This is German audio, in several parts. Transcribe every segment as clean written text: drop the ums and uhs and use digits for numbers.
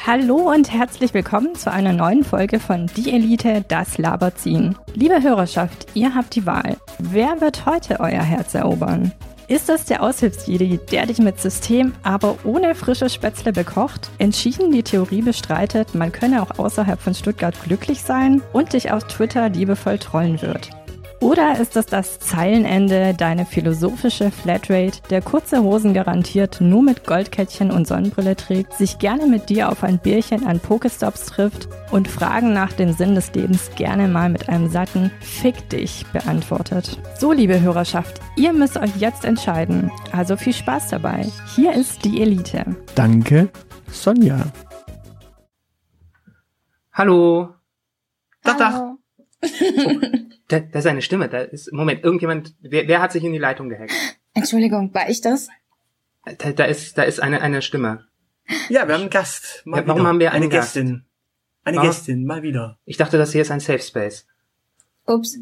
Hallo und herzlich willkommen zu einer neuen Folge von Die Elite, das Laberziehen. Liebe Hörerschaft, ihr habt die Wahl. Wer wird heute euer Herz erobern? Ist das der Aushilfsjedi, der dich mit System, aber ohne frische Spätzle bekocht, entschieden die Theorie bestreitet, man könne auch außerhalb von Stuttgart glücklich sein und dich auf Twitter liebevoll trollen wird? Oder ist es das Zeilenende, deine philosophische Flatrate, der kurze Hosen garantiert nur mit Goldkettchen und Sonnenbrille trägt, sich gerne mit dir auf ein Bierchen an Pokestops trifft und Fragen nach dem Sinn des Lebens gerne mal mit einem satten Fick dich beantwortet? So, liebe Hörerschaft, ihr müsst euch jetzt entscheiden. Also viel Spaß dabei. Hier ist die Elite. Danke, Sonja. Hallo. Doch. Hallo. Da ist eine Stimme. Moment, irgendjemand, wer hat sich in die Leitung gehackt? Entschuldigung, war ich das? Da ist eine Stimme. Ja, wir haben einen Gast. Ja, warum haben wir einen Gast? Gästin? Eine Warum? Gästin, mal wieder. Ich dachte, das hier ist ein Safe Space. Ups.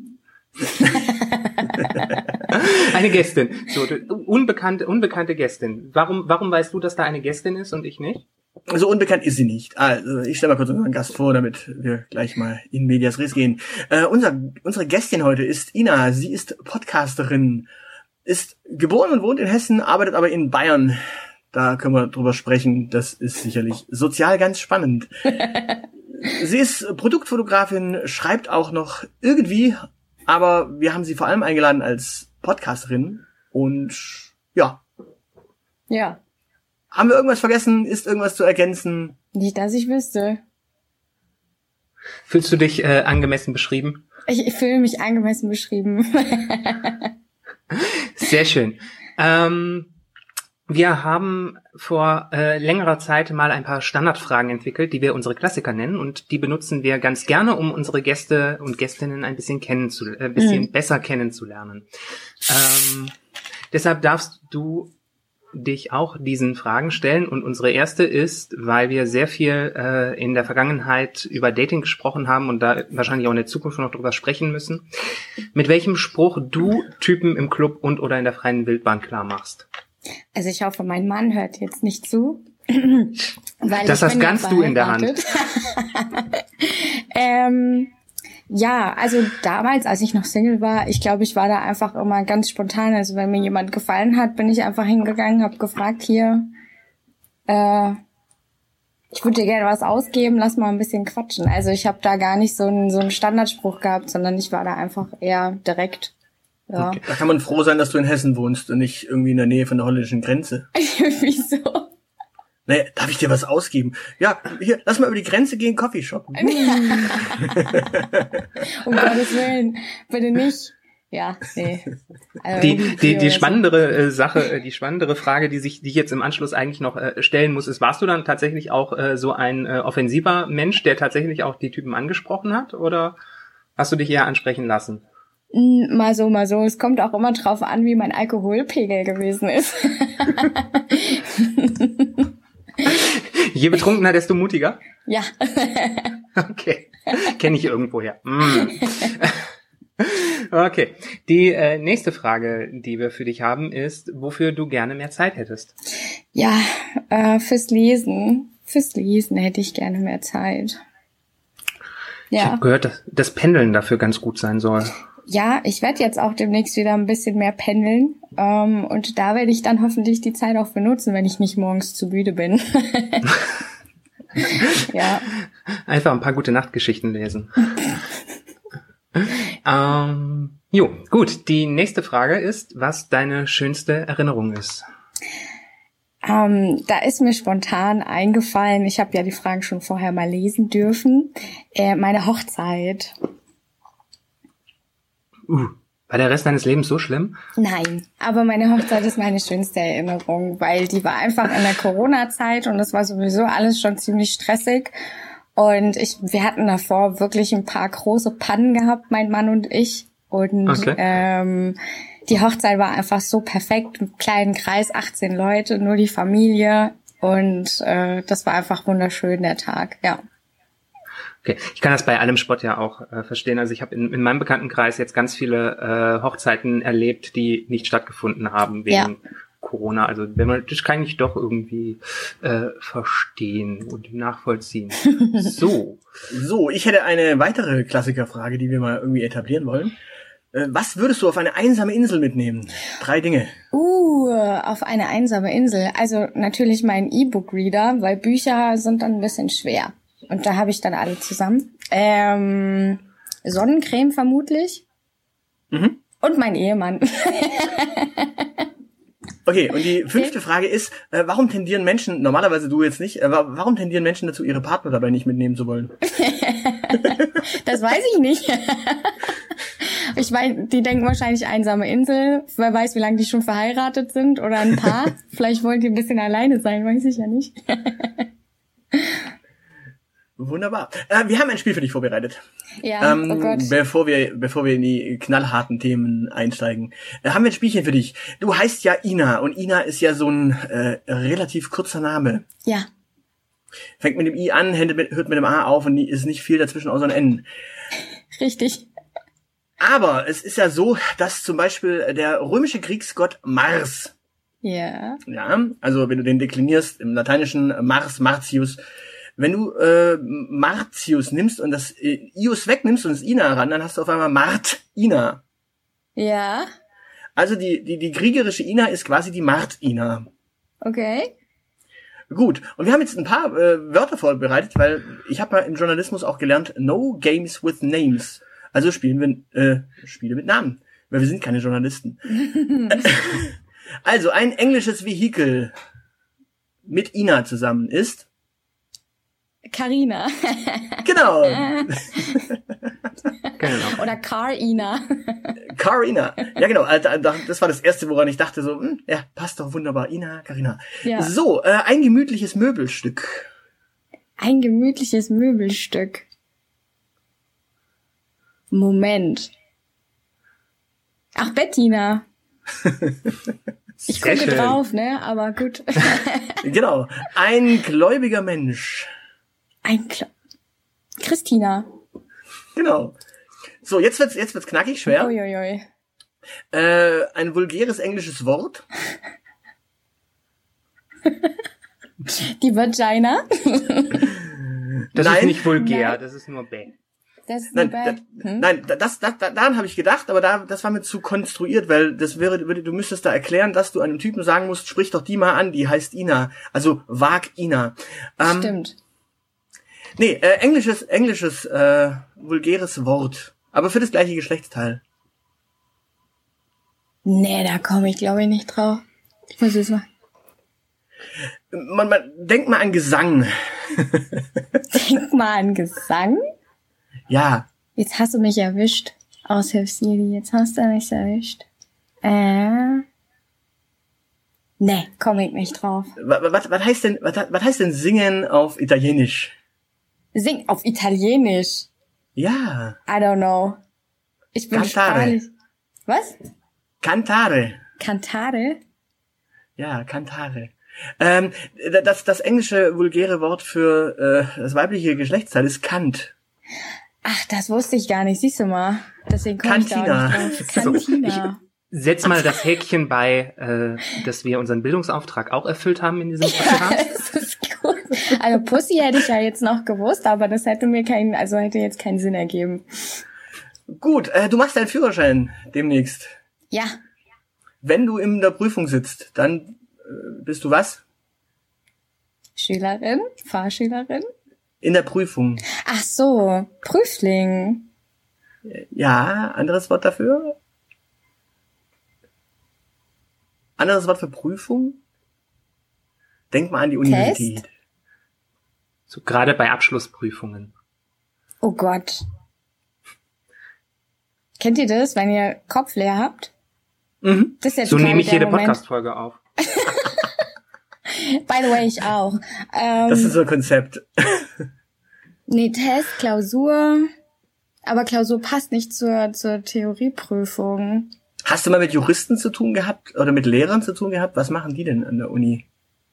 Eine Gästin. So, unbekannte Gästin. Warum weißt du, dass da eine Gästin ist und ich nicht? So unbekannt ist sie nicht. Also, ich stelle mal kurz unseren Gast vor, damit wir gleich mal in medias res gehen. Unsere Gästin heute ist Ina. Sie ist Podcasterin, ist geboren und wohnt in Hessen, arbeitet aber in Bayern. Da können wir drüber sprechen. Das ist sicherlich sozial ganz spannend. Sie ist Produktfotografin, schreibt auch noch irgendwie, aber wir haben sie vor allem eingeladen als Podcasterin. Und ja. Ja. Haben wir irgendwas vergessen? Ist irgendwas zu ergänzen? Nicht, dass ich wüsste. Fühlst du dich angemessen beschrieben? Ich fühle mich angemessen beschrieben. Sehr schön. Wir haben vor längerer Zeit mal ein paar Standardfragen entwickelt, die wir unsere Klassiker nennen, und die benutzen wir ganz gerne, um unsere Gäste und Gästinnen ein bisschen besser kennenzulernen. Deshalb darfst du dich auch diesen Fragen stellen, und unsere erste ist, weil wir sehr viel in der Vergangenheit über Dating gesprochen haben und da wahrscheinlich auch in der Zukunft noch drüber sprechen müssen, mit welchem Spruch du Typen im Club und oder in der freien Wildbahn klar machst. Also ich hoffe, mein Mann hört jetzt nicht zu. Weil das hast ganz du in der Hand. Ja, also damals, als ich noch Single war, ich glaube, ich war da einfach immer ganz spontan. Also wenn mir jemand gefallen hat, bin ich einfach hingegangen, habe gefragt, hier, ich würde dir gerne was ausgeben, lass mal ein bisschen quatschen. Also ich habe da gar nicht so einen Standardspruch gehabt, sondern ich war da einfach eher direkt. Ja. Okay. Da kann man froh sein, dass du in Hessen wohnst und nicht irgendwie in der Nähe von der holländischen Grenze. Wieso? Naja, darf ich dir was ausgeben? Ja, hier, lass mal über die Grenze gehen, Coffee shoppen. Um Gottes Willen, bitte nicht. Ja, nee. Also die spannendere Sache, die spannendere Frage, die ich jetzt im Anschluss eigentlich noch stellen muss, ist, warst du dann tatsächlich auch so ein offensiver Mensch, der tatsächlich auch die Typen angesprochen hat, oder hast du dich eher ansprechen lassen? Mal so, mal so. Es kommt auch immer drauf an, wie mein Alkoholpegel gewesen ist. Je betrunkener, desto mutiger? Ja. Okay, kenne ich irgendwoher. Okay, die nächste Frage, die wir für dich haben, ist, wofür du gerne mehr Zeit hättest? Ja, fürs Lesen. Fürs Lesen hätte ich gerne mehr Zeit. Ja. Ich habe gehört, dass das Pendeln dafür ganz gut sein soll. Ja, ich werde jetzt auch demnächst wieder ein bisschen mehr pendeln. Und da werde ich dann hoffentlich die Zeit auch benutzen, wenn ich nicht morgens zu müde bin. Ja. Einfach ein paar gute Nachtgeschichten lesen. Gut. Die nächste Frage ist, was deine schönste Erinnerung ist. Da ist mir spontan eingefallen, ich habe ja die Fragen schon vorher mal lesen dürfen, meine Hochzeit. War der Rest deines Lebens so schlimm? Nein, aber meine Hochzeit ist meine schönste Erinnerung, weil die war einfach in der Corona-Zeit und das war sowieso alles schon ziemlich stressig. Und wir hatten davor wirklich ein paar große Pannen gehabt, mein Mann und ich. Und okay. Die Hochzeit war einfach so perfekt, im kleinen Kreis, 18 Leute, nur die Familie. Und das war einfach wunderschön, der Tag, ja. Okay, ich kann das bei allem Sport ja auch verstehen. Also ich habe in meinem Bekanntenkreis jetzt ganz viele Hochzeiten erlebt, die nicht stattgefunden haben wegen Corona. Also das kann ich doch irgendwie verstehen und nachvollziehen. So, ich hätte eine weitere Klassikerfrage, die wir mal irgendwie etablieren wollen. Was würdest du auf eine einsame Insel mitnehmen? 3 Dinge. Auf eine einsame Insel. Also natürlich mein E-Book-Reader, weil Bücher sind dann ein bisschen schwer. Und da habe ich dann alle zusammen. Sonnencreme vermutlich. Mhm. Und mein Ehemann. Okay, und die 5. Frage ist, warum tendieren Menschen, normalerweise du jetzt nicht, warum tendieren Menschen dazu, ihre Partner dabei nicht mitnehmen zu wollen? Das weiß ich nicht. Ich meine, die denken wahrscheinlich einsame Insel. Wer weiß, wie lange die schon verheiratet sind oder ein Paar. Vielleicht wollen die ein bisschen alleine sein, weiß ich ja nicht. Wunderbar. Wir haben ein Spiel für dich vorbereitet. Ja, oh Gott. Bevor wir in die knallharten Themen einsteigen, haben wir ein Spielchen für dich. Du heißt ja Ina und Ina ist ja so ein relativ kurzer Name. Ja. Fängt mit dem I an, hört mit dem A auf und ist nicht viel dazwischen außer ein N. Richtig. Aber es ist ja so, dass zum Beispiel der römische Kriegsgott Mars, Ja. ja, also wenn du den deklinierst im Lateinischen Mars, Martius, wenn du Martius nimmst und das Ius wegnimmst und das Ina ran, dann hast du auf einmal Mart-Ina. Ja. Also die kriegerische Ina ist quasi die Mart-Ina. Okay. Gut, und wir haben jetzt ein paar Wörter vorbereitet, weil ich habe mal im Journalismus auch gelernt, no games with names. Also spielen wir Spiele mit Namen, weil wir sind keine Journalisten. Also ein englisches Vehikel mit Ina zusammen ist Carina. genau. Genau. Oder Carina. Carina. Ja, genau. Das war das Erste, woran ich dachte, so, ja, passt doch wunderbar. Ina, Carina. Ja. So, ein gemütliches Möbelstück. Ein gemütliches Möbelstück. Moment. Ach, Bettina. Ich Sehr gucke schön. drauf, ne? Aber gut. Genau. Ein gläubiger Mensch. Christina. Genau. So, jetzt wird's knackig schwer. Uiuiui. Ein vulgäres englisches Wort. Die Vagina. Das Nein. ist nicht vulgär, Nein. das ist nur bäh. Das ist Nein, daran habe ich gedacht, aber das war mir zu konstruiert, weil du müsstest da erklären, dass du einem Typen sagen musst, sprich doch die mal an, die heißt Ina. Also Vagina. Stimmt. Nee, englisches vulgäres Wort. Aber für das gleiche Geschlechtsteil. Nee, da komme ich glaube ich nicht drauf. Ich muss es mal. Man denkt mal an Gesang. Denk mal an Gesang. Ja. Jetzt hast du mich erwischt. Aushilfsjedi, jetzt hast du mich erwischt. Nee, komme ich nicht drauf. Was heißt denn singen auf Italienisch? Sing auf Italienisch. Ja. I don't know. Ich bin Cantare. sprachlich. Was? Cantare. Cantare? Ja, Cantare. Das englische vulgäre Wort für das weibliche Geschlechtsteil ist Kant. Ach, das wusste ich gar nicht. Siehst du mal. Deswegen komme ich da Cantina. auch nicht drauf. Cantina. Setz mal das Häkchen bei, dass wir unseren Bildungsauftrag auch erfüllt haben in diesem Podcast. Das ist gut. Also Pussy hätte ich ja jetzt noch gewusst, aber das hätte jetzt keinen Sinn ergeben. Gut, du machst deinen Führerschein demnächst. Ja, Wenn du in der Prüfung sitzt, dann bist du was? Schülerin, Fahrschülerin. In der Prüfung. Ach so, Prüfling. Ja, anderes Wort dafür? Anderes Wort für Prüfung? Denk mal an die Universität. So gerade bei Abschlussprüfungen. Oh Gott. Kennt ihr das, wenn ihr Kopf leer habt? Mhm. Das ist jetzt So gerade nehme ich der jede Moment. Podcast-Folge auf. By the way, ich auch. Das ist so ein Konzept. Nee, Test, Klausur. Aber Klausur passt nicht zur Theorieprüfung. Hast du mal mit Juristen zu tun gehabt oder mit Lehrern zu tun gehabt? Was machen die denn an der Uni?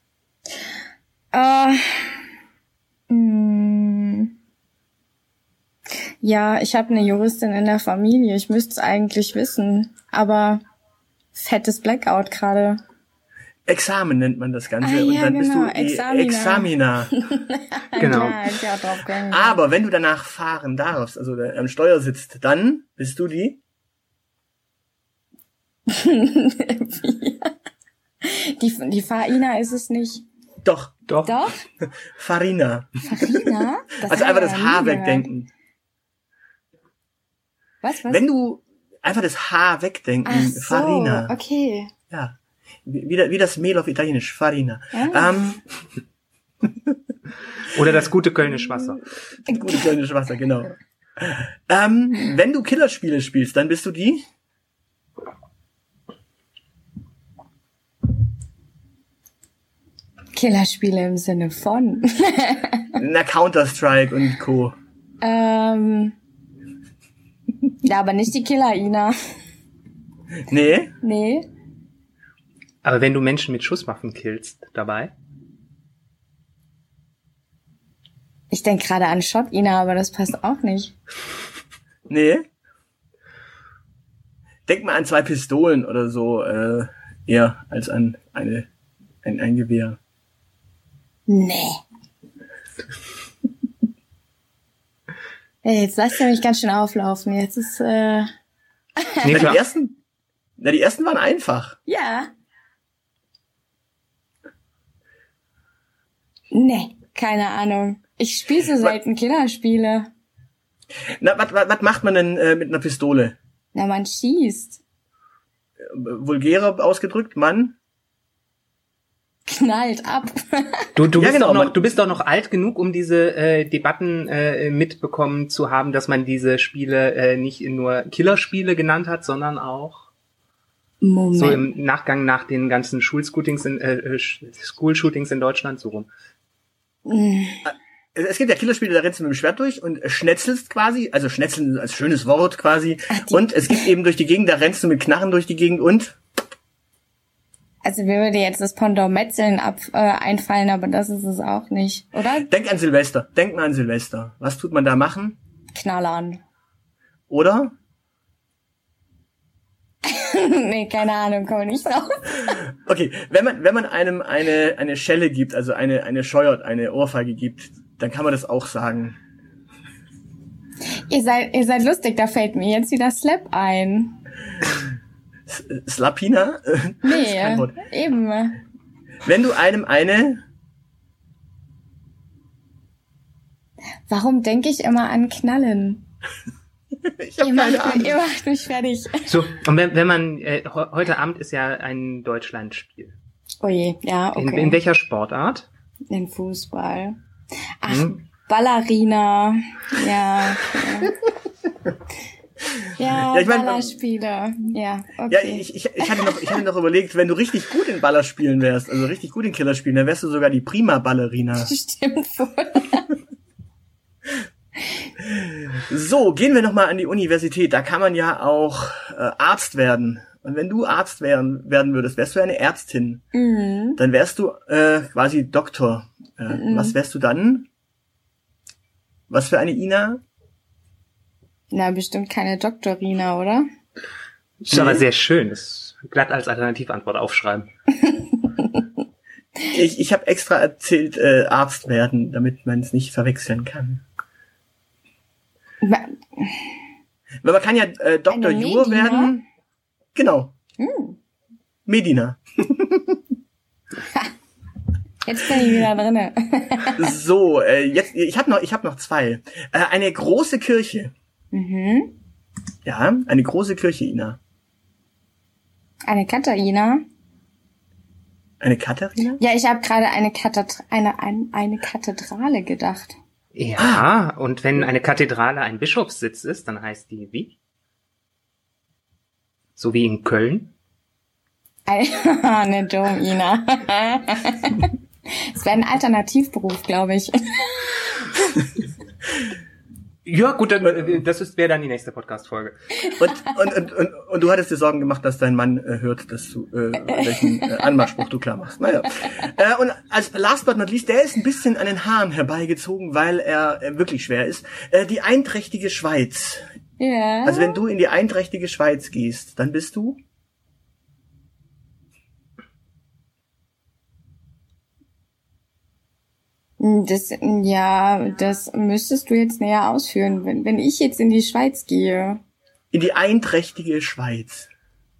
Ja, ich habe eine Juristin in der Familie. Ich müsste es eigentlich wissen. Aber fettes Blackout gerade. Examen nennt man das Ganze. Ah, und ja, dann bist du genau. Examina. Genau. Ja, hätte ich auch drauf gegangen. Aber wenn du danach fahren darfst, also am Steuer sitzt, dann bist du die? Die Farina ist es nicht. Doch. Doch. Doch? Farina. Farina? Also einfach das Haar wegdenken. Was? Wenn du einfach das Haar wegdenken, Ach so, Farina. okay. Ja. Wie das Mehl auf Italienisch, Farina. Ah. Oder das gute Kölnisch Wasser. Gute Kölnische Wasser, genau. Wenn du Killerspiele spielst, dann bist du die? Killerspiele im Sinne von. Na, Counter-Strike und Co. Ja, aber nicht die Killer-Ina. Nee? Nee. Aber wenn du Menschen mit Schusswaffen killst dabei? Ich denke gerade an Shot-Ina, aber das passt auch nicht. Nee? Denk mal an 2 Pistolen oder so, eher als an ein Gewehr. Nee. Hey, jetzt lasst ihr mich ganz schön auflaufen. Jetzt ist, Nee, Die klar. ersten waren einfach. ja. Nee, keine Ahnung. Ich spiele so selten Killerspiele. Na, was macht man denn mit einer Pistole? Na, man schießt. Vulgärer ausgedrückt, Mann? Knallt ab. Du Ja, bist genau, du bist doch noch alt genug, um diese Debatten mitbekommen zu haben, dass man diese Spiele nicht nur Killerspiele genannt hat, sondern auch Moment. so im Nachgang nach den ganzen School-Shootings in Deutschland so rum. Es gibt ja Killerspiele, da rennst du mit dem Schwert durch und schnetzelst quasi, also schnetzeln als schönes Wort quasi. Und es gibt eben durch die Gegend, da rennst du mit Knarren durch die Gegend und? Also mir würde jetzt das Pendant Metzeln einfallen, aber das ist es auch nicht, oder? Denk an Silvester. Denk mal an Silvester. Was tut man da machen? Knallern. Oder? Nee, keine Ahnung, komm nicht drauf. Okay, wenn man einem eine Schelle gibt, also eine scheuert, eine Ohrfeige gibt, dann kann man das auch sagen. Ihr seid lustig, da fällt mir jetzt wieder Slap ein. Slapina? Das ist kein Nee, Wort. eben. Wenn du einem eine... Warum denke ich immer an Knallen? Ich habe keine Ahnung. Ihr macht mich fertig. So, und wenn man heute Abend ist ja ein Deutschlandspiel. Oh je, ja, okay. In welcher Sportart? Den Fußball. Ach, Ballerina. Ja, okay. Ja, Ja, ich mein, Ballerspiele. Ja, okay. Ja, ich hatte noch überlegt, wenn du richtig gut in Ballerspielen wärst, also richtig gut in Killerspielen, dann wärst du sogar die Prima-Ballerina. Stimmt wohl. So, gehen wir nochmal an die Universität. Da kann man ja auch Arzt werden. Und wenn du Arzt werden würdest, wärst du eine Ärztin. Mhm. Dann wärst du quasi Doktor. Was wärst du dann? Was für eine Ina? Na, bestimmt keine Doktorina, oder? Ist aber sehr schön. Das glatt als Alternativantwort aufschreiben. Ich habe extra erzählt, Arzt werden, damit man es nicht verwechseln kann. Weil man kann ja Dr. Eine Jur Medina? werden. Genau. Medina. Jetzt bin ich wieder drinne. So, jetzt ich habe noch 2. Eine große Kirche. Mhm. Ja, eine große Kirche, Ina. Eine Katharina? Eine Katharina? Ja, ich habe gerade eine Kathedrale gedacht. Ja, und wenn eine Kathedrale ein Bischofssitz ist, dann heißt die wie? So wie in Köln? Eine Domina. Es wäre ein Alternativberuf, glaube ich. Ja, gut, das wäre dann die nächste Podcast-Folge. Und du hattest dir Sorgen gemacht, dass dein Mann hört, dass du welchen Anmachspruch du klar machst. Naja. Und als last but not least, der ist ein bisschen an den Haaren herbeigezogen, weil er wirklich schwer ist. Die einträchtige Schweiz. Ja. Also wenn du in die einträchtige Schweiz gehst, dann bist du? Das müsstest du jetzt näher ausführen. Wenn ich jetzt in die Schweiz gehe. In die einträchtige Schweiz.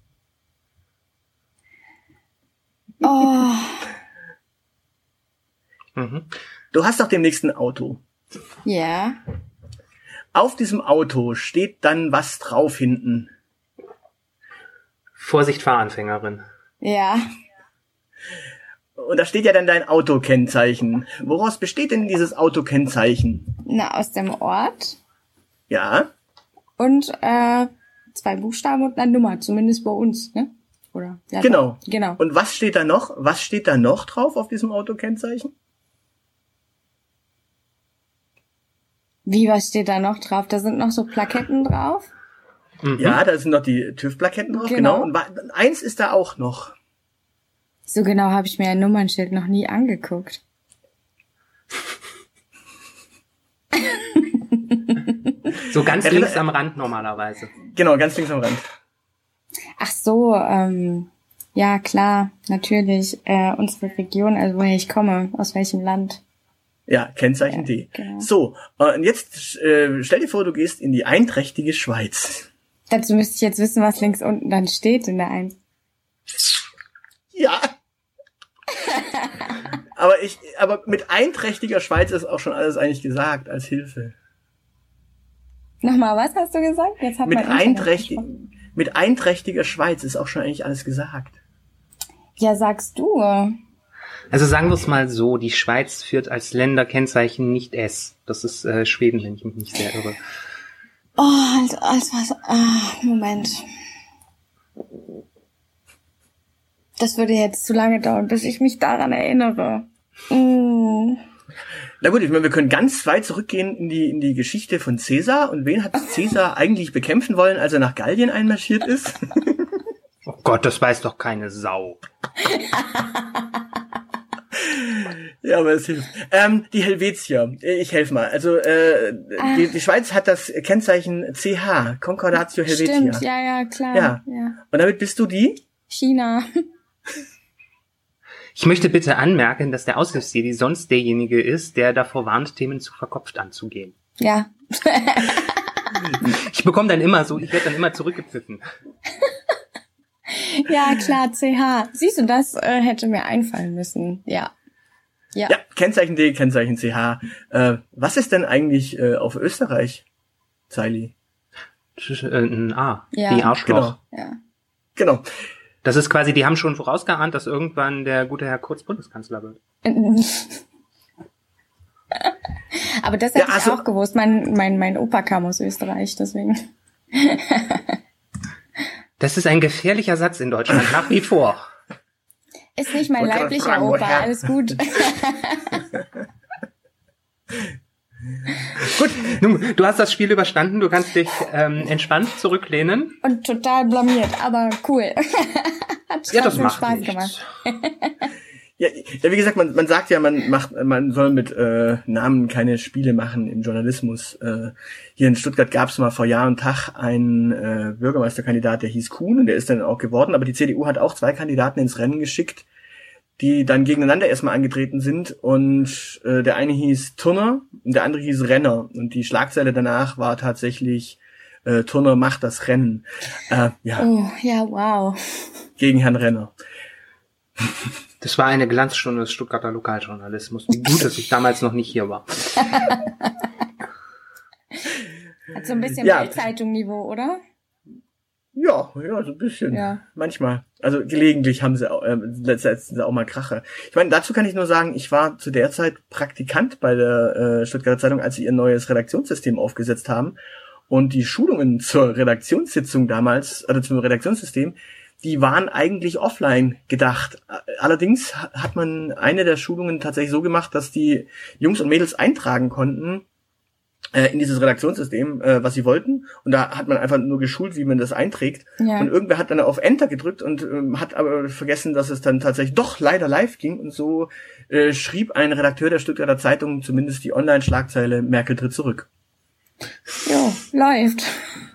Oh. Du hast doch demnächst ein Auto. Ja. Auf diesem Auto steht dann was drauf hinten. Vorsicht, Fahranfängerin. Ja. Und da steht ja dann dein Autokennzeichen. Woraus besteht denn dieses Autokennzeichen? Na, aus dem Ort. Ja. Und 2 Buchstaben und eine Nummer, zumindest bei uns, ne? Oder? Ja, Genau. Genau. Und was steht da noch? Was steht da noch drauf auf diesem Autokennzeichen? Wie, was steht da noch drauf? Da sind noch so Plaketten drauf. Ja, da sind noch die TÜV-Plaketten drauf, genau. Und eins ist da auch noch. So genau habe ich mir ein Nummernschild noch nie angeguckt. So ganz links am Rand normalerweise. Genau, ganz links am Rand. Ach so, ja klar, natürlich. Unsere Region, also woher ich komme, aus welchem Land. Ja, Kennzeichen D. Genau. So, und jetzt stell dir vor, du gehst in die einträchtige Schweiz. Dazu müsste ich jetzt wissen, was links unten dann steht in der 1. Ja. aber mit einträchtiger Schweiz ist auch schon alles eigentlich gesagt, als Hilfe. Nochmal, was hast du gesagt? Jetzt hat Mit mit einträchtiger Schweiz ist auch schon eigentlich alles gesagt. Ja, sagst du. Also sagen wir es mal so, die Schweiz führt als Länderkennzeichen nicht S. Das ist Schweden, wenn ich mich nicht sehr irre. Oh, als was? Moment. Das würde jetzt zu lange dauern, bis ich mich daran erinnere. Na gut, ich meine, wir können ganz weit zurückgehen in die Geschichte von Caesar. Und wen hat Caesar eigentlich bekämpfen wollen, als er nach Gallien einmarschiert ist? Oh Gott, das weiß doch keine Sau. Ja, aber es hilft. Die Helvetier, ich helfe mal. Also die Schweiz hat das Kennzeichen CH, Concordatio Helvetia. Stimmt, ja, klar. Ja. Und damit bist du die? China. Ich möchte bitte anmerken, dass der Aushilfsjedi sonst derjenige ist, der davor warnt, Themen zu verkopft anzugehen. Ja. Ich werde dann immer zurückgepfiffen. Ja, klar, CH. Siehst du, das hätte mir einfallen müssen. Ja. Ja, Kennzeichen D, Kennzeichen CH. Was ist denn eigentlich auf Österreich, Zeili? Ein A, Ja. wie Arschloch. Genau. Das ist quasi, die haben schon vorausgeahnt, dass irgendwann der gute Herr Kurz Bundeskanzler wird. Aber das hätte ich auch gewusst. Mein Opa kam aus Österreich, deswegen. Das ist ein gefährlicher Satz in Deutschland, nach wie vor. Ist nicht mein leiblicher Opa, alles gut. Gut, nun, du hast das Spiel überstanden, du kannst dich entspannt zurücklehnen. Und total blamiert, aber cool. Hat trotzdem Spaß gemacht. Ja, wie gesagt, man sagt ja, man soll mit Namen keine Spiele machen im Journalismus. Hier in Stuttgart gab es mal vor Jahr und Tag einen Bürgermeisterkandidat, der hieß Kuhn, und der ist dann auch geworden, aber die CDU hat auch 2 Kandidaten ins Rennen geschickt, die dann gegeneinander erstmal angetreten sind, und der eine hieß Turner und der andere hieß Renner, und die Schlagzeile danach war tatsächlich Turner macht das Rennen. Ja. Oh, ja, wow. Gegen Herrn Renner. Das war eine Glanzstunde des Stuttgarter Lokaljournalismus. Wie gut, dass ich damals noch nicht hier war. Hat so ein bisschen Bildzeitung-Niveau, oder? Ja, so ein bisschen. Ja. Manchmal. Also gelegentlich haben sie letztens auch mal Kracher. Ich meine, dazu kann ich nur sagen, ich war zu der Zeit Praktikant bei der Stuttgarter Zeitung, als sie ihr neues Redaktionssystem aufgesetzt haben. Und die Schulungen zur Redaktionssitzung damals, also zum Redaktionssystem, die waren eigentlich offline gedacht. Allerdings hat man eine der Schulungen tatsächlich so gemacht, dass die Jungs und Mädels eintragen konnten in dieses Redaktionssystem, was sie wollten. Und da hat man einfach nur geschult, wie man das einträgt. Ja. Und irgendwer hat dann auf Enter gedrückt und hat aber vergessen, dass es dann tatsächlich doch leider live ging. Und so schrieb ein Redakteur der Stuttgarter Zeitung zumindest die Online-Schlagzeile Merkel tritt zurück. Jo, läuft.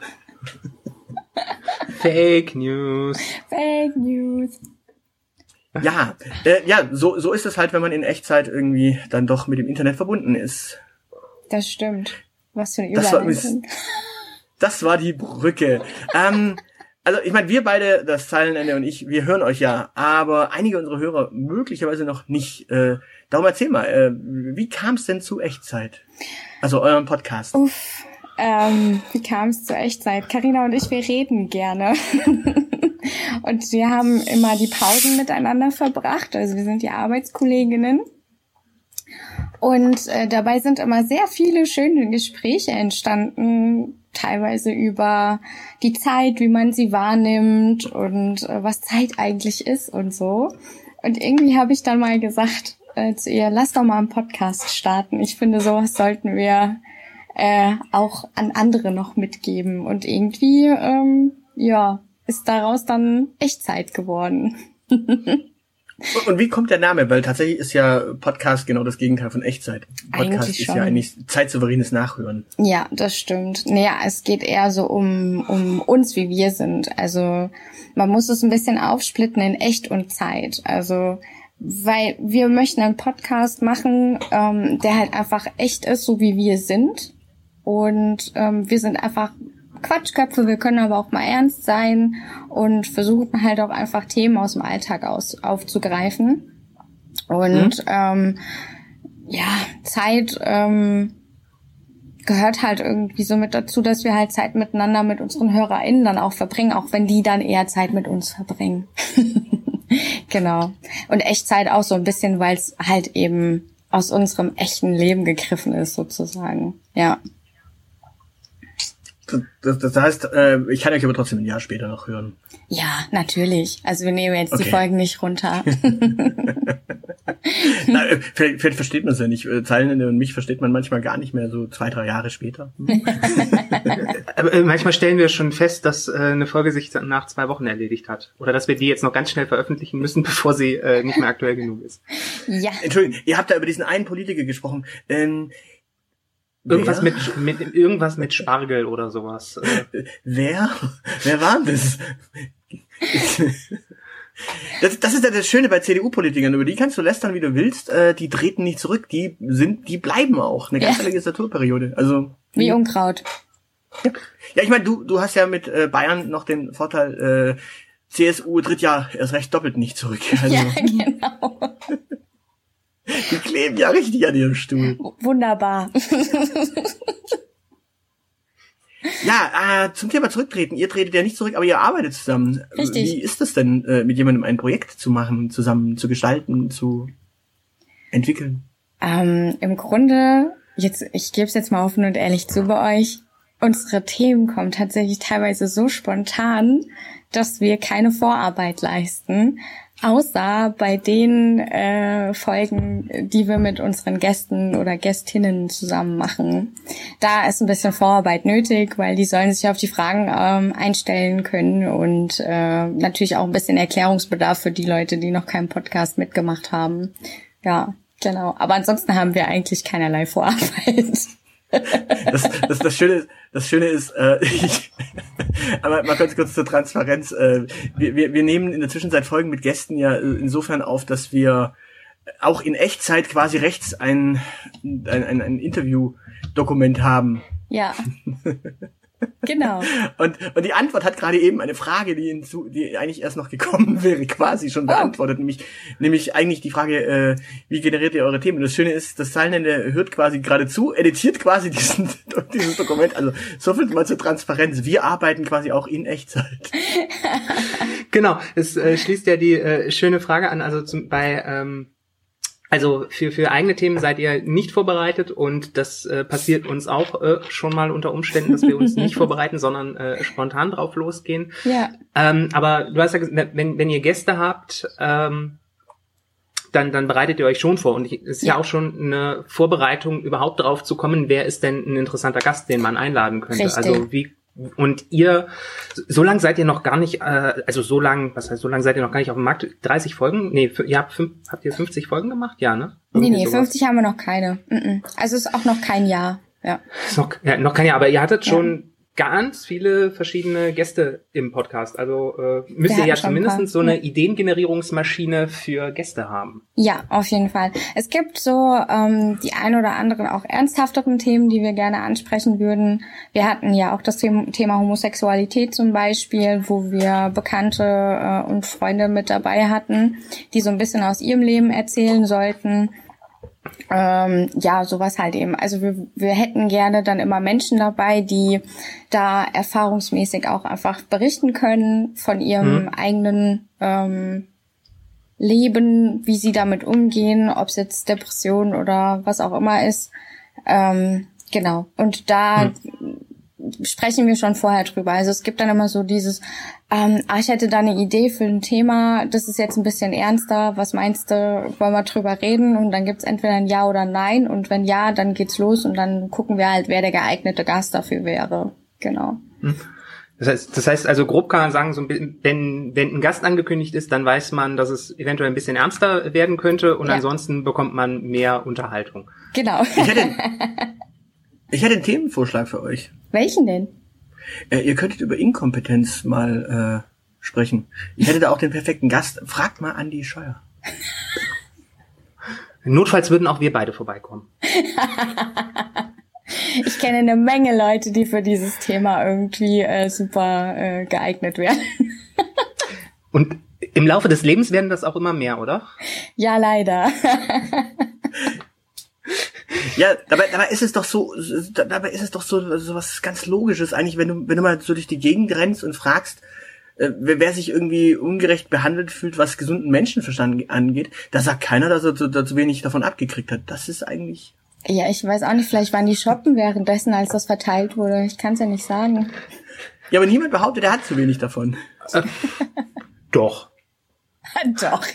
Fake News. Fake News. Ja, so ist es halt, wenn man in Echtzeit irgendwie dann doch mit dem Internet verbunden ist. Das stimmt. Was für eine Überleitung. Das war die Brücke. Also ich meine, wir beide, das Zeilenende und ich, wir hören euch ja, aber einige unserer Hörer möglicherweise noch nicht. Darum erzähl mal, wie kam es denn zu Echtzeit? Also eurem Podcast. Wie kam es zur Echtzeit? Carina und ich, wir reden gerne. Und wir haben immer die Pausen miteinander verbracht. Also wir sind die Arbeitskolleginnen. Und dabei sind immer sehr viele schöne Gespräche entstanden, teilweise über die Zeit, wie man sie wahrnimmt und was Zeit eigentlich ist und so. Und irgendwie habe ich dann mal gesagt zu ihr, lass doch mal einen Podcast starten. Ich finde, sowas sollten wir auch an andere noch mitgeben. Und irgendwie, ist daraus dann Echtzeit geworden. Und wie kommt der Name? Weil tatsächlich ist ja Podcast genau das Gegenteil von Echtzeit. Podcast ist ja eigentlich zeitsouveränes Nachhören. Ja, das stimmt. Naja, es geht eher so um uns, wie wir sind. Also man muss es ein bisschen aufsplitten in Echt und Zeit. Also weil wir möchten einen Podcast machen, der halt einfach echt ist, so wie wir sind. Und wir sind einfach Quatschköpfe, wir können aber auch mal ernst sein und versuchen halt auch einfach Themen aus dem Alltag aufzugreifen. Und Zeit gehört halt irgendwie so mit dazu, dass wir halt Zeit miteinander mit unseren HörerInnen dann auch verbringen, auch wenn die dann eher Zeit mit uns verbringen. Genau. Und Echtzeit auch so ein bisschen, weil es halt eben aus unserem echten Leben gegriffen ist, sozusagen. Ja. Das heißt, ich kann euch aber trotzdem ein Jahr später noch hören. Ja, natürlich. Also wir nehmen jetzt die Folgen nicht runter. Na, vielleicht versteht man es ja nicht. Zeilenende und mich versteht man manchmal gar nicht mehr, so 2-3 Jahre später. Aber manchmal stellen wir schon fest, dass eine Folge sich nach 2 Wochen erledigt hat. Oder dass wir die jetzt noch ganz schnell veröffentlichen müssen, bevor sie nicht mehr aktuell genug ist. Ja. Entschuldigung, ihr habt da über diesen einen Politiker gesprochen. Irgendwas mit Spargel oder sowas. Wer war das? Das ist ja das Schöne bei CDU-Politikern, über die kannst du lästern, wie du willst, die treten nicht zurück, die bleiben auch eine ganze Legislaturperiode. Also wie Unkraut. Ja, ich meine, du hast ja mit Bayern noch den Vorteil, CSU tritt ja erst recht doppelt nicht zurück. Also, ja, genau. Die kleben ja richtig an ihrem Stuhl. Wunderbar. Ja, zum Thema zurücktreten. Ihr tretet ja nicht zurück, aber ihr arbeitet zusammen. Richtig. Wie ist es denn, mit jemandem ein Projekt zu machen, zusammen zu gestalten, zu entwickeln? Im Grunde, ich gebe es jetzt mal offen und ehrlich zu bei euch, unsere Themen kommen tatsächlich teilweise so spontan, dass wir keine Vorarbeit leisten, außer bei den Folgen, die wir mit unseren Gästen oder Gästinnen zusammen machen. Da ist ein bisschen Vorarbeit nötig, weil die sollen sich auf die Fragen einstellen können und natürlich auch ein bisschen Erklärungsbedarf für die Leute, die noch keinen Podcast mitgemacht haben. Ja, genau. Aber ansonsten haben wir eigentlich keinerlei Vorarbeit. Das Schöne ist, aber mal kurz zur Transparenz. Wir nehmen in der Zwischenzeit Folgen mit Gästen ja insofern auf, dass wir auch in Echtzeit quasi rechts ein Interview-Dokument haben. Ja. Genau. Und die Antwort hat gerade eben eine Frage, die eigentlich erst noch gekommen wäre, quasi schon beantwortet, nämlich eigentlich die Frage, wie generiert ihr eure Themen? Und das Schöne ist, das Zeilenende hört quasi gerade zu, editiert quasi dieses Dokument, also so viel mal zur Transparenz. Wir arbeiten quasi auch in Echtzeit. Genau, es schließt ja die schöne Frage an, also also für eigene Themen seid ihr nicht vorbereitet und das passiert uns auch schon mal unter Umständen, dass wir uns nicht vorbereiten, sondern spontan drauf losgehen. Ja. Aber du hast ja gesagt, wenn ihr Gäste habt, dann bereitet ihr euch schon vor. Und es ist ja auch schon eine Vorbereitung, überhaupt drauf zu kommen, wer ist denn ein interessanter Gast, den man einladen könnte. Richtig. Also und ihr, so lang seid ihr noch gar nicht, so lang seid ihr noch gar nicht auf dem Markt? 30 Folgen? Nee, habt ihr 50 Folgen gemacht? Ja, ne? Nee, 50 haben wir noch keine. Also ist auch noch kein Jahr. Ja. Ist noch kein Jahr, aber ihr hattet schon ganz viele verschiedene Gäste im Podcast. Also müsst ihr ja zumindest so eine Ideengenerierungsmaschine für Gäste haben. Ja, auf jeden Fall. Es gibt so die ein oder anderen auch ernsthafteren Themen, die wir gerne ansprechen würden. Wir hatten ja auch das Thema Homosexualität zum Beispiel, wo wir Bekannte und Freunde mit dabei hatten, die so ein bisschen aus ihrem Leben erzählen sollten. Ja, sowas halt eben. Also wir hätten gerne dann immer Menschen dabei, die da erfahrungsmäßig auch einfach berichten können von ihrem eigenen Leben, wie sie damit umgehen, ob es jetzt Depression oder was auch immer ist. Genau. Und da sprechen wir schon vorher drüber. Also es gibt dann immer so dieses, ich hätte da eine Idee für ein Thema, das ist jetzt ein bisschen ernster, was meinst du, wollen wir drüber reden? Und dann gibt's entweder ein Ja oder Nein, und wenn ja, dann geht's los und dann gucken wir halt, wer der geeignete Gast dafür wäre. Genau. Das heißt also, grob kann man sagen, so wenn ein Gast angekündigt ist, dann weiß man, dass es eventuell ein bisschen ernster werden könnte, und ansonsten bekommt man mehr Unterhaltung. Genau. Ich hätte einen Themenvorschlag für euch. Welchen denn? Ihr könntet über Inkompetenz mal sprechen. Ich hätte da auch den perfekten Gast. Fragt mal Andi Scheuer. Notfalls würden auch wir beide vorbeikommen. Ich kenne eine Menge Leute, die für dieses Thema irgendwie super geeignet wären. Und im Laufe des Lebens werden das auch immer mehr, oder? Ja, leider. Ja, dabei ist es doch so was ganz Logisches eigentlich, wenn du mal so durch die Gegend rennst und fragst, wer sich irgendwie ungerecht behandelt fühlt, was gesunden Menschenverstand angeht, da sagt keiner, dass er zu wenig davon abgekriegt hat. Das ist eigentlich... Ja, ich weiß auch nicht, vielleicht waren die shoppen währenddessen, als das verteilt wurde. Ich kann es ja nicht sagen. Ja, aber niemand behauptet, er hat zu wenig davon. Doch. Doch.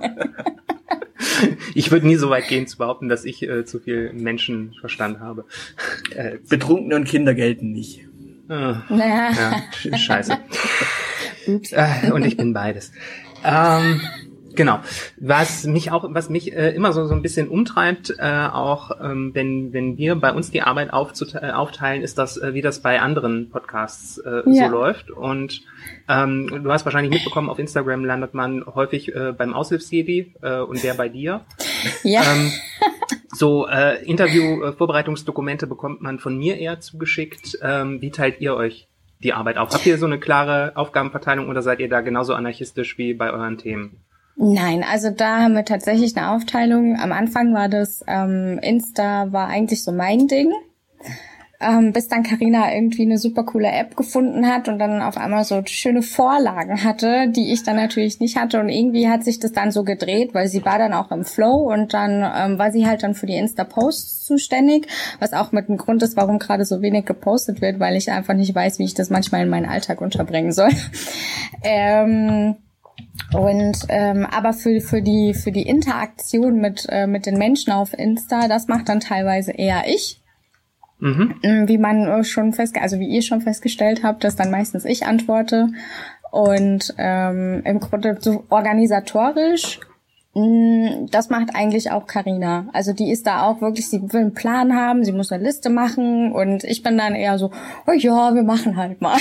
Ich würde nie so weit gehen zu behaupten, dass ich zu viel Menschenverstand habe. Betrunkene und Kinder gelten nicht. Naja. Ja, scheiße. Ups. Und ich bin beides. Genau. Was mich immer so ein bisschen umtreibt, auch wenn wir bei uns die Arbeit aufteilen, ist das, wie das bei anderen Podcasts so läuft. Und du hast wahrscheinlich mitbekommen, auf Instagram landet man häufig beim Aushilfsjedi und der bei dir. Ja. So Interview-Vorbereitungsdokumente bekommt man von mir eher zugeschickt. Wie teilt ihr euch die Arbeit auf? Habt ihr so eine klare Aufgabenverteilung oder seid ihr da genauso anarchistisch wie bei euren Themen? Nein, also da haben wir tatsächlich eine Aufteilung. Am Anfang war das Insta war eigentlich so mein Ding, bis dann Carina irgendwie eine super coole App gefunden hat und dann auf einmal so schöne Vorlagen hatte, die ich dann natürlich nicht hatte, und irgendwie hat sich das dann so gedreht, weil sie war dann auch im Flow, und dann war sie halt dann für die Insta-Posts zuständig, was auch mit dem Grund ist, warum gerade so wenig gepostet wird, weil ich einfach nicht weiß, wie ich das manchmal in meinen Alltag unterbringen soll. Aber für die Interaktion mit den Menschen auf Insta, das macht dann teilweise eher ich. Wie ihr schon festgestellt habt, dass dann meistens ich antworte. Und im Grunde so organisatorisch, das macht eigentlich auch Carina. Also die ist da auch wirklich, sie will einen Plan haben, sie muss eine Liste machen, und ich bin dann eher so, oh ja, wir machen halt mal.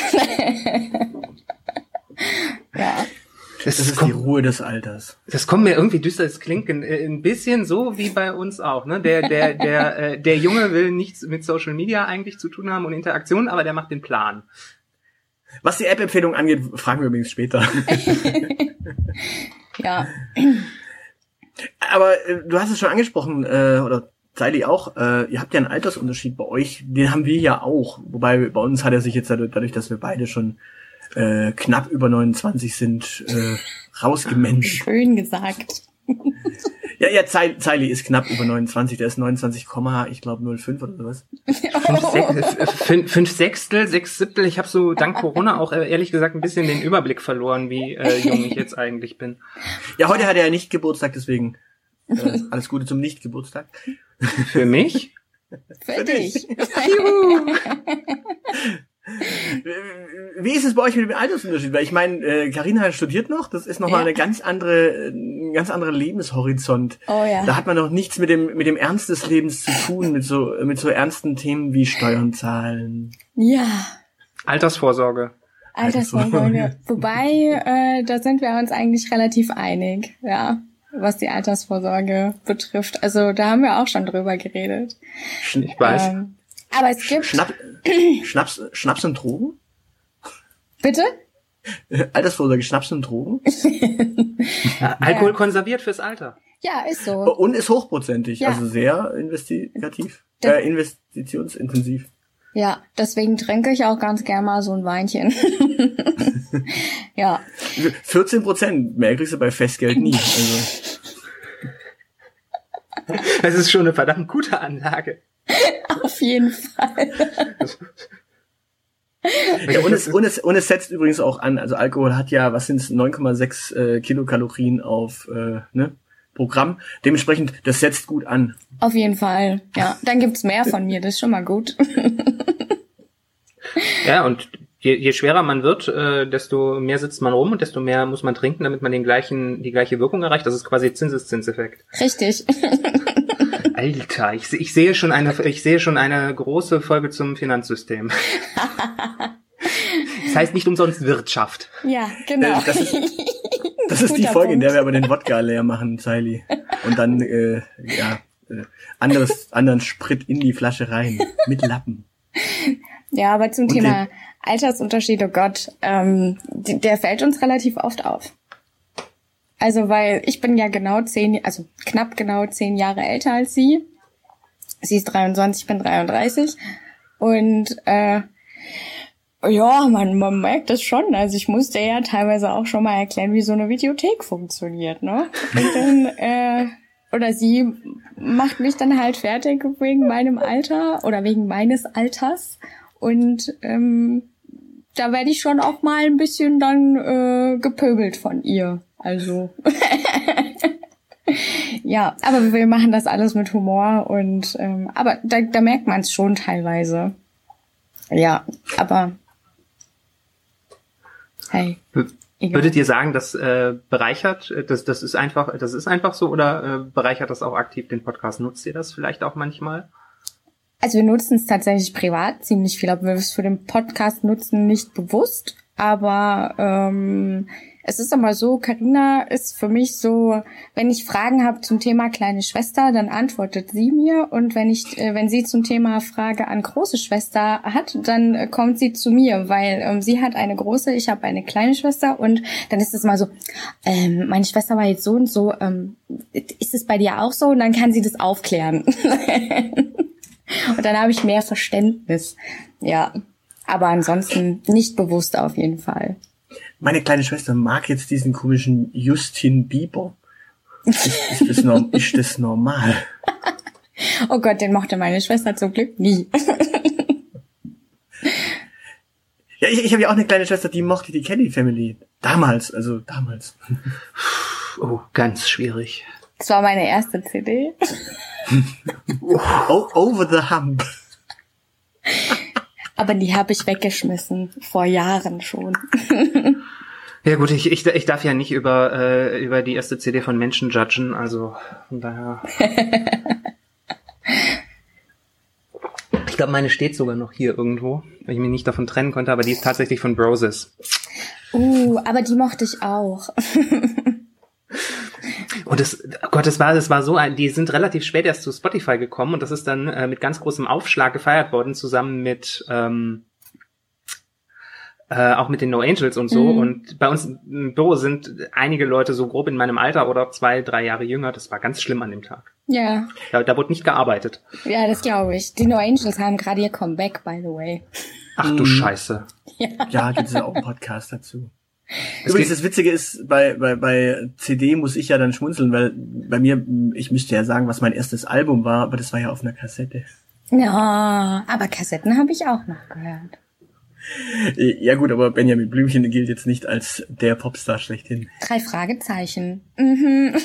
Ja. Das ist die Ruhe des Alters. Das kommt mir irgendwie düster, es klingt ein bisschen so wie bei uns auch, ne? Der Junge will nichts mit Social Media eigentlich zu tun haben und Interaktion, aber der macht den Plan. Was die App-Empfehlung angeht, fragen wir übrigens später. Ja. Aber du hast es schon angesprochen, oder Zeili auch, ihr habt ja einen Altersunterschied bei euch, den haben wir ja auch. Wobei bei uns hat er sich jetzt dadurch, dass wir beide schon knapp über 29 sind, rausgemenscht. Schön gesagt. Ja, Zeili ist knapp über 29, der ist 29, ich glaube 05 oder sowas. 5 Sechstel, 6 Siebtel, ich habe so dank Corona auch ehrlich gesagt ein bisschen den Überblick verloren, wie jung ich jetzt eigentlich bin. Ja, heute hat er ja nicht Geburtstag, deswegen alles Gute zum Nicht-Geburtstag. Für mich? Für dich. Juhu. Wie ist es bei euch mit dem Altersunterschied? Weil ich meine, Carina studiert noch, das ist nochmal ein ganz anderer Lebenshorizont. Oh ja. Da hat man noch nichts mit dem Ernst des Lebens zu tun, mit so ernsten Themen wie Steuern zahlen. Ja. Altersvorsorge. Altersvorsorge. Wobei, da sind wir uns eigentlich relativ einig, ja, was die Altersvorsorge betrifft. Also da haben wir auch schon drüber geredet. Ich weiß. Aber es gibt... Schnaps und Drogen? Bitte? Altersvorsorge, Schnaps und Drogen? Alkohol konserviert fürs Alter. Ja, ist so. Und ist hochprozentig, Ja. also sehr investitionsintensiv. Ja, deswegen trinke ich auch ganz gern mal so ein Weinchen. Ja. 14%, mehr kriegst du bei Festgeld nie. Also. Das ist schon eine verdammt gute Anlage. Auf jeden Fall. Ja, und es setzt übrigens auch an, also Alkohol hat ja, was sind's, 9,6 Kilokalorien auf pro Gramm. Dementsprechend, das setzt gut an. Auf jeden Fall, ja. Dann gibt's mehr von mir, das ist schon mal gut. Ja, und je schwerer man wird, desto mehr sitzt man rum und desto mehr muss man trinken, damit man die gleiche Wirkung erreicht. Das ist quasi Zinseszinseffekt. Richtig. Alter, ich sehe schon eine große Folge zum Finanzsystem. Das heißt nicht umsonst Wirtschaft. Ja, genau. Das ist die Folge, in der wir aber den Wodka leer machen, Zeili. Und dann, anderen Sprit in die Flasche rein. Mit Lappen. Ja, aber zum Thema Altersunterschied, oh Gott, der fällt uns relativ oft auf. Also, weil ich bin ja knapp genau 10 Jahre älter als sie. Sie ist 23, ich bin 33. Und, ja, man merkt das schon. Also ich musste ja teilweise auch schon mal erklären, wie so eine Videothek funktioniert, ne? Und dann, oder sie macht mich dann halt fertig wegen meinem Alter oder wegen meines Alters. Und da werde ich schon auch mal ein bisschen dann gepöbelt von ihr. Also ja, aber wir machen das alles mit Humor und aber da merkt man es schon teilweise. Ja, aber hey. Egal. Würdet ihr sagen, das bereichert, das ist einfach so, oder bereichert das auch aktiv den Podcast? Nutzt ihr das vielleicht auch manchmal? Also wir nutzen es tatsächlich privat ziemlich viel, aber wir es für den Podcast nutzen nicht bewusst. Aber es ist immer so, Carina ist für mich so, wenn ich Fragen habe zum Thema kleine Schwester, dann antwortet sie mir. Und wenn sie zum Thema Frage an große Schwester hat, dann kommt sie zu mir, weil sie hat eine große, ich habe eine kleine Schwester. Und dann ist es mal so, meine Schwester war jetzt so und so, ist es bei dir auch so? Und dann kann sie das aufklären. Und dann habe ich mehr Verständnis. Ja, aber ansonsten nicht bewusst auf jeden Fall. Meine kleine Schwester mag jetzt diesen komischen Justin Bieber. Ist das normal? Oh Gott, den mochte meine Schwester zum Glück nie. Ja, ich habe ja auch eine kleine Schwester, die mochte die Kelly Family. Damals. Oh, ganz schwierig. Das war meine erste CD. Over the Hump. Aber die habe ich weggeschmissen. Vor Jahren schon. Ja gut, ich darf ja nicht über die erste CD von Menschen judgen, also von daher. Ich glaube, meine steht sogar noch hier irgendwo, weil ich mich nicht davon trennen konnte, aber die ist tatsächlich von Broses. Aber die mochte ich auch. Und das war so, die sind relativ spät erst zu Spotify gekommen und das ist dann mit ganz großem Aufschlag gefeiert worden, zusammen mit auch mit den No Angels und so. Und bei uns im Büro sind einige Leute so grob in meinem Alter oder 2-3 Jahre jünger. Das war ganz schlimm an dem Tag. Ja. Da wurde nicht gearbeitet. Ja, das glaube ich. Die No Angels haben gerade ihr Comeback, by the way. Ach du Scheiße. Ja, gibt es ja auch einen Podcast dazu. Übrigens, das Witzige ist, bei CD muss ich ja dann schmunzeln, weil bei mir, ich müsste ja sagen, was mein erstes Album war, aber das war ja auf einer Kassette. Ja, aber Kassetten habe ich auch noch gehört. Ja gut, aber Benjamin Blümchen gilt jetzt nicht als der Popstar schlechthin. 3 Fragezeichen. Mhm.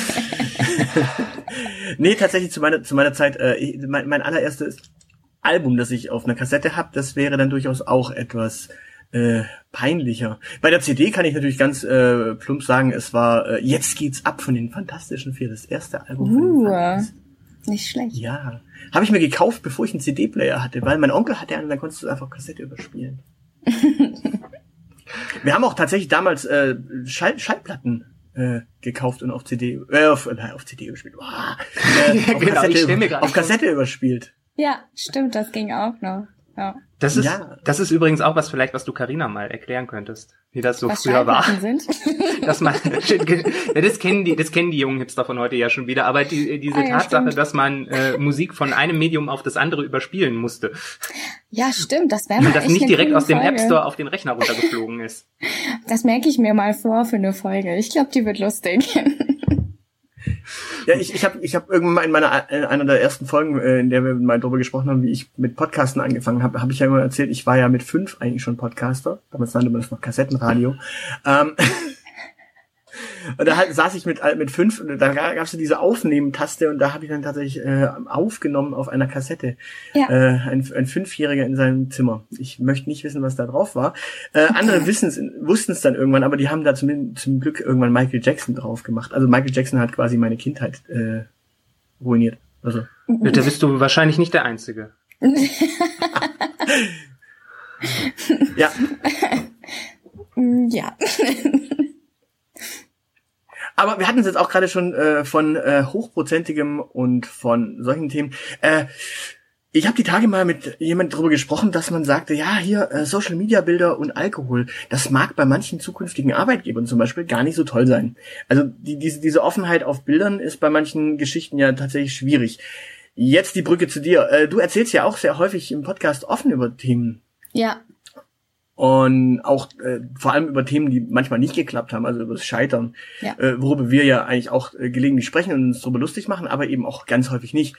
Nee, tatsächlich zu meiner Zeit, mein allererstes Album, das ich auf einer Kassette habe, das wäre dann durchaus auch etwas peinlicher. Bei der CD kann ich natürlich ganz plump sagen, es war Jetzt geht's ab von den Fantastischen Vier, das erste Album von den Fantastischen. Nicht schlecht. Ja, habe ich mir gekauft, bevor ich einen CD-Player hatte, weil mein Onkel hatte einen und dann konntest du einfach Kassette überspielen. Wir haben auch tatsächlich damals Schallplatten gekauft und auf CD, auf CD überspielt. Auf Kassette überspielt. Ja, stimmt, das ging auch noch. Ja. Das ist übrigens auch was du Carina mal erklären könntest, wie das so früher war. Sind? Das kennen die jungen Hipster von heute ja schon wieder, aber diese Tatsache, stimmt, dass man Musik von einem Medium auf das andere überspielen musste. Ja, stimmt, das wäre mal und das nicht direkt aus dem App Store auf den Rechner runtergeflogen ist. Das merke ich mir mal vor für eine Folge. Ich glaube, die wird lustig. Ja, ich hab irgendwann in einer der ersten Folgen, in der wir mal drüber gesprochen haben, wie ich mit Podcasten angefangen habe, habe ich ja immer erzählt, ich war ja mit 5 eigentlich schon Podcaster. Damals nannte man das noch Kassettenradio. Und da saß ich mit 5, und da gab's ja diese Aufnehmen-Taste, und da habe ich dann tatsächlich aufgenommen auf einer Kassette. Ja. Ein 5-Jähriger in seinem Zimmer. Ich möchte nicht wissen, was da drauf war. Andere wussten es dann irgendwann, aber die haben da zum Glück irgendwann Michael Jackson drauf gemacht. Also Michael Jackson hat quasi meine Kindheit ruiniert. Also. Da bist du wahrscheinlich nicht der Einzige. Ja. Ja. Aber wir hatten es jetzt auch gerade schon von hochprozentigem und von solchen Themen. Ich habe die Tage mal mit jemand drüber gesprochen, dass man sagte, ja, hier Social-Media-Bilder und Alkohol, das mag bei manchen zukünftigen Arbeitgebern zum Beispiel gar nicht so toll sein. Also diese Offenheit auf Bildern ist bei manchen Geschichten ja tatsächlich schwierig. Jetzt die Brücke zu dir. Du erzählst ja auch sehr häufig im Podcast offen über Themen. Ja. Und auch vor allem über Themen, die manchmal nicht geklappt haben, also über das Scheitern, ja. Worüber wir ja eigentlich auch gelegentlich sprechen und uns darüber lustig machen, aber eben auch ganz häufig nicht.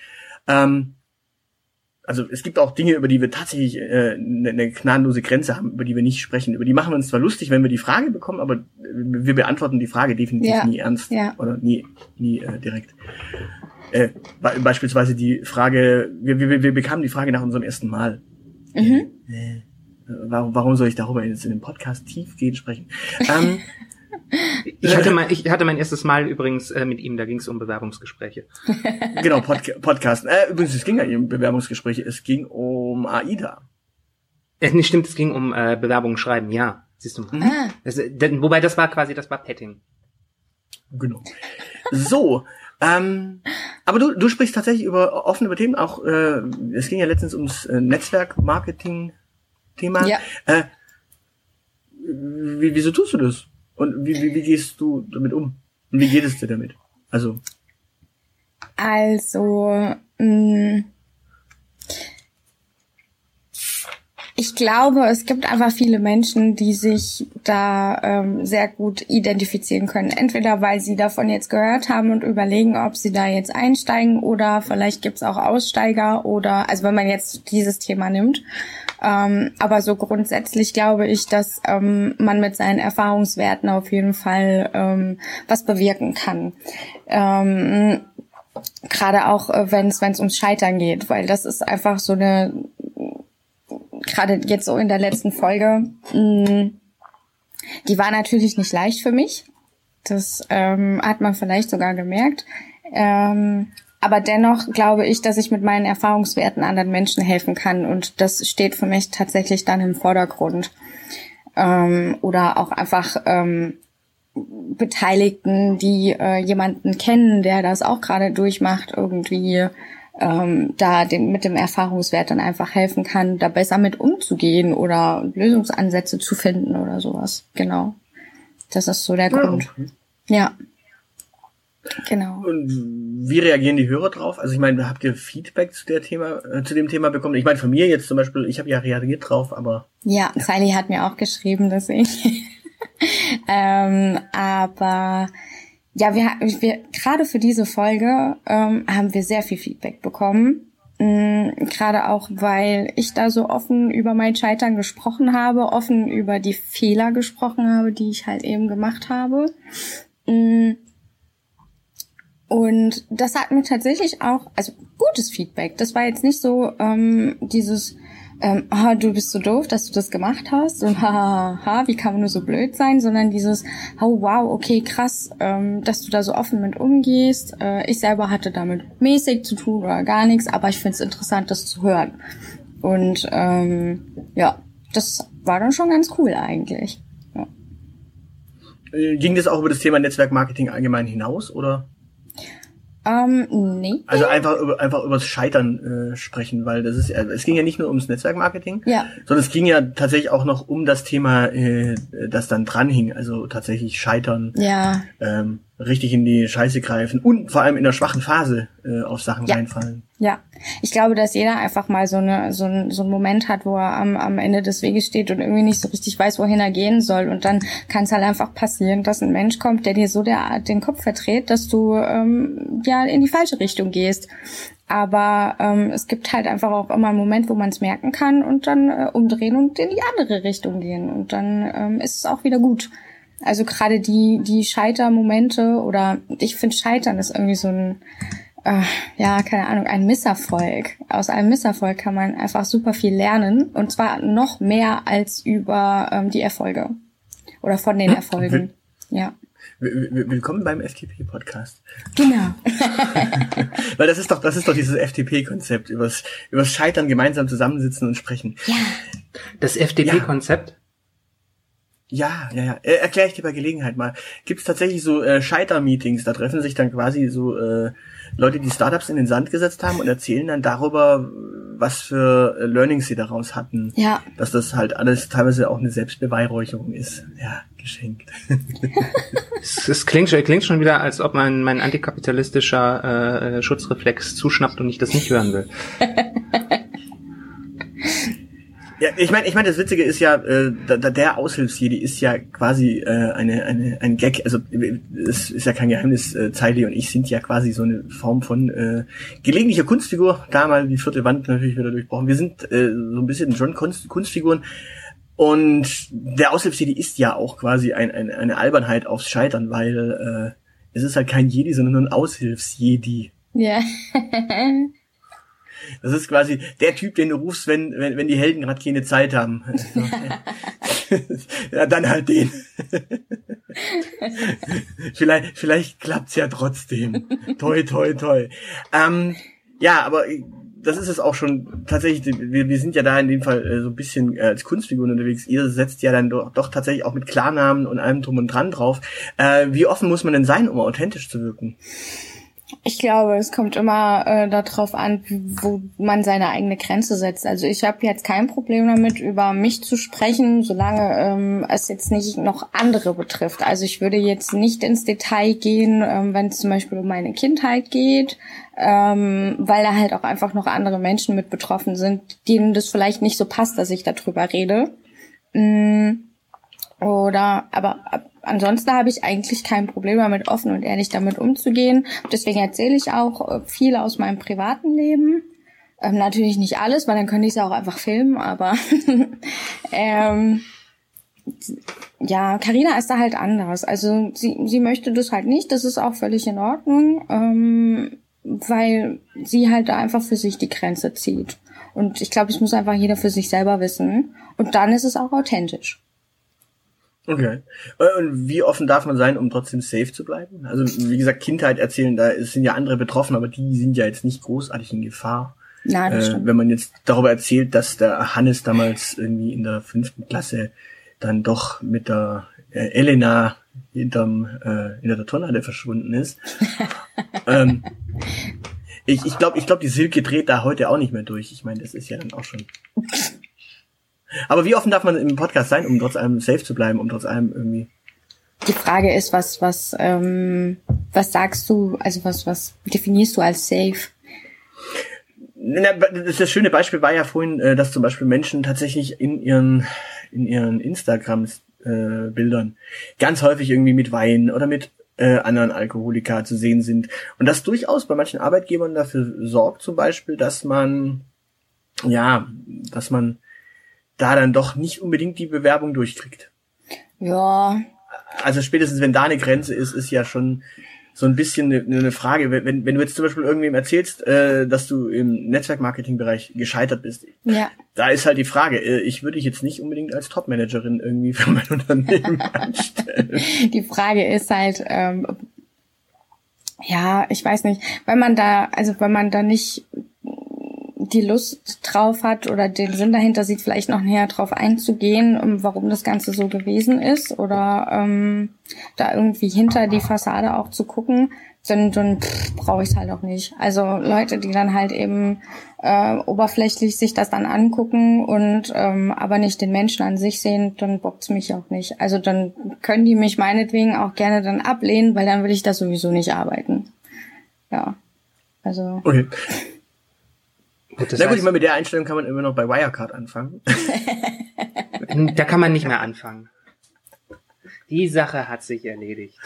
Also es gibt auch Dinge, über die wir tatsächlich eine gnadenlose Grenze haben, über die wir nicht sprechen. Über die machen wir uns zwar lustig, wenn wir die Frage bekommen, aber wir beantworten die Frage definitiv nie ernst oder nie direkt. Beispielsweise die Frage, wir bekamen die Frage nach unserem ersten Mal. Mhm. Warum soll ich darüber jetzt in dem Podcast tiefgehend sprechen? Ich hatte mein erstes Mal übrigens mit ihm, da ging es um Bewerbungsgespräche. Genau, Podcast. Übrigens, es ging ja um Bewerbungsgespräche, es ging um AIDA. Nicht stimmt, es ging um Bewerbungen schreiben, ja. Siehst du mal. Wobei das war Petting. Genau. So, aber du sprichst tatsächlich offen über Themen, auch es ging ja letztens ums Netzwerkmarketing-Thema. Ja. Wieso tust du das? Und wie gehst du damit um? Und wie geht es dir damit? Also, ich glaube, es gibt einfach viele Menschen, die sich da sehr gut identifizieren können. Entweder weil sie davon jetzt gehört haben und überlegen, ob sie da jetzt einsteigen, oder vielleicht gibt's auch Aussteiger, oder also wenn man jetzt dieses Thema nimmt. Aber so grundsätzlich glaube ich, dass man mit seinen Erfahrungswerten auf jeden Fall was bewirken kann. Gerade auch, wenn es ums Scheitern geht, weil das ist einfach so eine, gerade jetzt so in der letzten Folge, die war natürlich nicht leicht für mich. Das hat man vielleicht sogar gemerkt. Aber dennoch glaube ich, dass ich mit meinen Erfahrungswerten anderen Menschen helfen kann, und das steht für mich tatsächlich dann im Vordergrund. Oder auch einfach Beteiligten, die jemanden kennen, der das auch gerade durchmacht, irgendwie mit dem Erfahrungswert dann einfach helfen kann, da besser mit umzugehen oder Lösungsansätze zu finden oder sowas. Genau. Das ist so der Grund. Okay. Ja. Genau. Und wie reagieren die Hörer drauf? Also ich meine, habt ihr Feedback zu dem Thema bekommen? Ich meine, von mir jetzt zum Beispiel, ich habe ja reagiert drauf, aber... Ja, Sally hat mir auch geschrieben, dass ich... aber ja, wir gerade für diese Folge haben wir sehr viel Feedback bekommen. Gerade auch, weil ich da so offen über mein Scheitern gesprochen habe, offen über die Fehler gesprochen habe, die ich halt eben gemacht habe. Und das hat mir tatsächlich auch, also gutes Feedback. Das war jetzt nicht so dieses, du bist so doof, dass du das gemacht hast und wie kann man nur so blöd sein, sondern dieses, oh wow, okay, krass, dass du da so offen mit umgehst. Ich selber hatte damit mäßig zu tun oder gar nichts, aber ich finde es interessant, das zu hören. Und ja, das war dann schon ganz cool eigentlich. Ja. Ging das auch über das Thema Netzwerkmarketing allgemein hinaus, oder? Nee. Also einfach übers Scheitern sprechen, weil es ging ja nicht nur ums Netzwerkmarketing, sondern es ging ja tatsächlich auch noch um das Thema, das dann dranhing, also tatsächlich Scheitern, richtig in die Scheiße greifen und vor allem in der schwachen Phase auf Sachen reinfallen. Ja, ich glaube, dass jeder einfach mal so einen Moment hat, wo er am Ende des Weges steht und irgendwie nicht so richtig weiß, wohin er gehen soll. Und dann kann es halt einfach passieren, dass ein Mensch kommt, der dir so den Kopf verdreht, dass du in die falsche Richtung gehst. Aber es gibt halt einfach auch immer einen Moment, wo man es merken kann und dann umdrehen und in die andere Richtung gehen. Und dann ist es auch wieder gut. Also gerade die Scheitermomente, oder ich finde, Scheitern ist irgendwie so ein, keine Ahnung, ein Misserfolg. Aus einem Misserfolg kann man einfach super viel lernen, und zwar noch mehr als über die Erfolge oder von den Erfolgen. Ja. Willkommen beim FTP-Podcast. Genau. Weil das ist doch dieses FTP-Konzept, übers Scheitern gemeinsam zusammensitzen und sprechen. Ja. Das FTP-Konzept? Ja. Erkläre ich dir bei Gelegenheit mal. Gibt es tatsächlich so Scheiter-Meetings, da treffen sich dann quasi so Leute, die Startups in den Sand gesetzt haben und erzählen dann darüber, was für Learnings sie daraus hatten. Ja. Dass das halt alles teilweise auch eine Selbstbeweihräucherung ist. Ja, geschenkt. Es klingt schon wieder, als ob mein antikapitalistischer Schutzreflex zuschnappt und ich das nicht hören will. Ja, ich meine, das Witzige ist ja, der Aushilfsjedi ist ja quasi ein Gag. Also es ist ja kein Geheimnis, Zeili und ich sind ja quasi so eine Form von gelegentlicher Kunstfigur. Da mal die vierte Wand natürlich wieder durchbrochen. Wir sind so ein bisschen schon Kunstfiguren. Und der Aushilfsjedi ist ja auch quasi eine Albernheit aufs Scheitern, weil es ist halt kein Jedi, sondern nur ein Aushilfsjedi. Ja. Das ist quasi der Typ, den du rufst, wenn die Helden gerade keine Zeit haben. Ja, dann halt den. Vielleicht klappt's ja trotzdem. Toi, toi, toi. Ja, aber das ist es auch schon tatsächlich. Wir sind ja da in dem Fall so ein bisschen als Kunstfiguren unterwegs. Ihr setzt ja dann doch tatsächlich auch mit Klarnamen und allem drum und dran drauf. Wie offen muss man denn sein, um authentisch zu wirken? Ich glaube, es kommt immer darauf an, wo man seine eigene Grenze setzt. Also ich habe jetzt kein Problem damit, über mich zu sprechen, solange es jetzt nicht noch andere betrifft. Also ich würde jetzt nicht ins Detail gehen, wenn es zum Beispiel um meine Kindheit geht, weil da halt auch einfach noch andere Menschen mit betroffen sind, denen das vielleicht nicht so passt, dass ich darüber rede. Aber ansonsten habe ich eigentlich kein Problem damit, offen und ehrlich damit umzugehen. Deswegen erzähle ich auch viel aus meinem privaten Leben. Natürlich nicht alles, weil dann könnte ich es auch einfach filmen, aber ja, Carina ist da halt anders. Also sie möchte das halt nicht, das ist auch völlig in Ordnung, weil sie halt da einfach für sich die Grenze zieht. Und ich glaube, es muss einfach jeder für sich selber wissen. Und dann ist es auch authentisch. Okay. Und wie offen darf man sein, um trotzdem safe zu bleiben? Also wie gesagt, Kindheit erzählen, da sind ja andere betroffen, aber die sind ja jetzt nicht großartig in Gefahr. Nein, das stimmt. Wenn man jetzt darüber erzählt, dass der Hannes damals irgendwie in der 5. Klasse dann doch mit der Elena hinter der Turnhalle verschwunden ist. Ich glaube, die Silke dreht da heute auch nicht mehr durch. Ich meine, das ist ja dann auch schon... Aber wie offen darf man im Podcast sein, um trotz allem safe zu bleiben, um trotz allem irgendwie... Die Frage ist, was sagst du, also was definierst du als safe? Das schöne Beispiel war ja vorhin, dass zum Beispiel Menschen tatsächlich in ihren Instagram-Bildern ganz häufig irgendwie mit Wein oder mit anderen Alkoholika zu sehen sind. Und das durchaus bei manchen Arbeitgebern dafür sorgt zum Beispiel, dass man da dann doch nicht unbedingt die Bewerbung durchkriegt. Ja. Also spätestens, wenn da eine Grenze ist ja schon so ein bisschen eine Frage. Wenn du jetzt zum Beispiel irgendwem erzählst, dass du im Netzwerkmarketing-Bereich gescheitert bist, ja. Da ist halt die Frage, ich würde dich jetzt nicht unbedingt als Top-Managerin irgendwie für mein Unternehmen anstellen. Die Frage ist halt, ja, ich weiß nicht, wenn man da nicht die Lust drauf hat oder den Sinn dahinter sieht, vielleicht noch näher drauf einzugehen, warum das Ganze so gewesen ist oder da irgendwie hinter die Fassade auch zu gucken, dann brauche ich es halt auch nicht. Also Leute, die dann halt eben oberflächlich sich das dann angucken und aber nicht den Menschen an sich sehen, dann bockt's mich auch nicht. Also dann können die mich meinetwegen auch gerne dann ablehnen, weil dann will ich das sowieso nicht arbeiten. Ja, also... Okay. Gut, Na gut, ich meine, mit der Einstellung kann man immer noch bei Wirecard anfangen. Da kann man nicht mehr anfangen. Die Sache hat sich erledigt.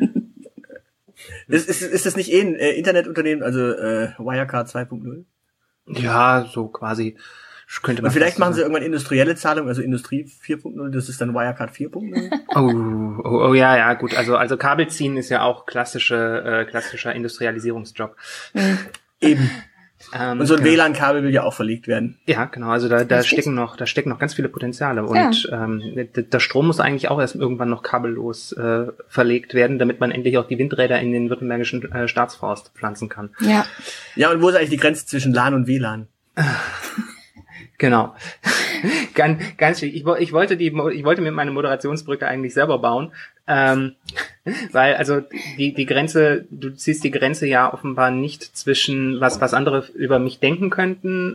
Ist das nicht ein Internetunternehmen, also Wirecard 2.0? Ja, so quasi. Könnte man Und vielleicht machen sie irgendwann industrielle Zahlung, also Industrie 4.0, das ist dann Wirecard 4.0. Oh, ja, gut. Also Kabel ziehen ist ja auch klassischer Industrialisierungsjob. Eben. Und so ein genau. WLAN-Kabel will ja auch verlegt werden. Ja, genau. Also da stecken noch ganz viele Potenziale. Und der Strom muss eigentlich auch erst irgendwann noch kabellos verlegt werden, damit man endlich auch die Windräder in den württembergischen Staatsforst pflanzen kann. Ja. Ja, und wo ist eigentlich die Grenze zwischen LAN und WLAN? Genau. Ganz schwierig. Ich wollte mir meine Moderationsbrücke eigentlich selber bauen, weil also die Grenze, du ziehst die Grenze ja offenbar nicht zwischen was andere über mich denken könnten,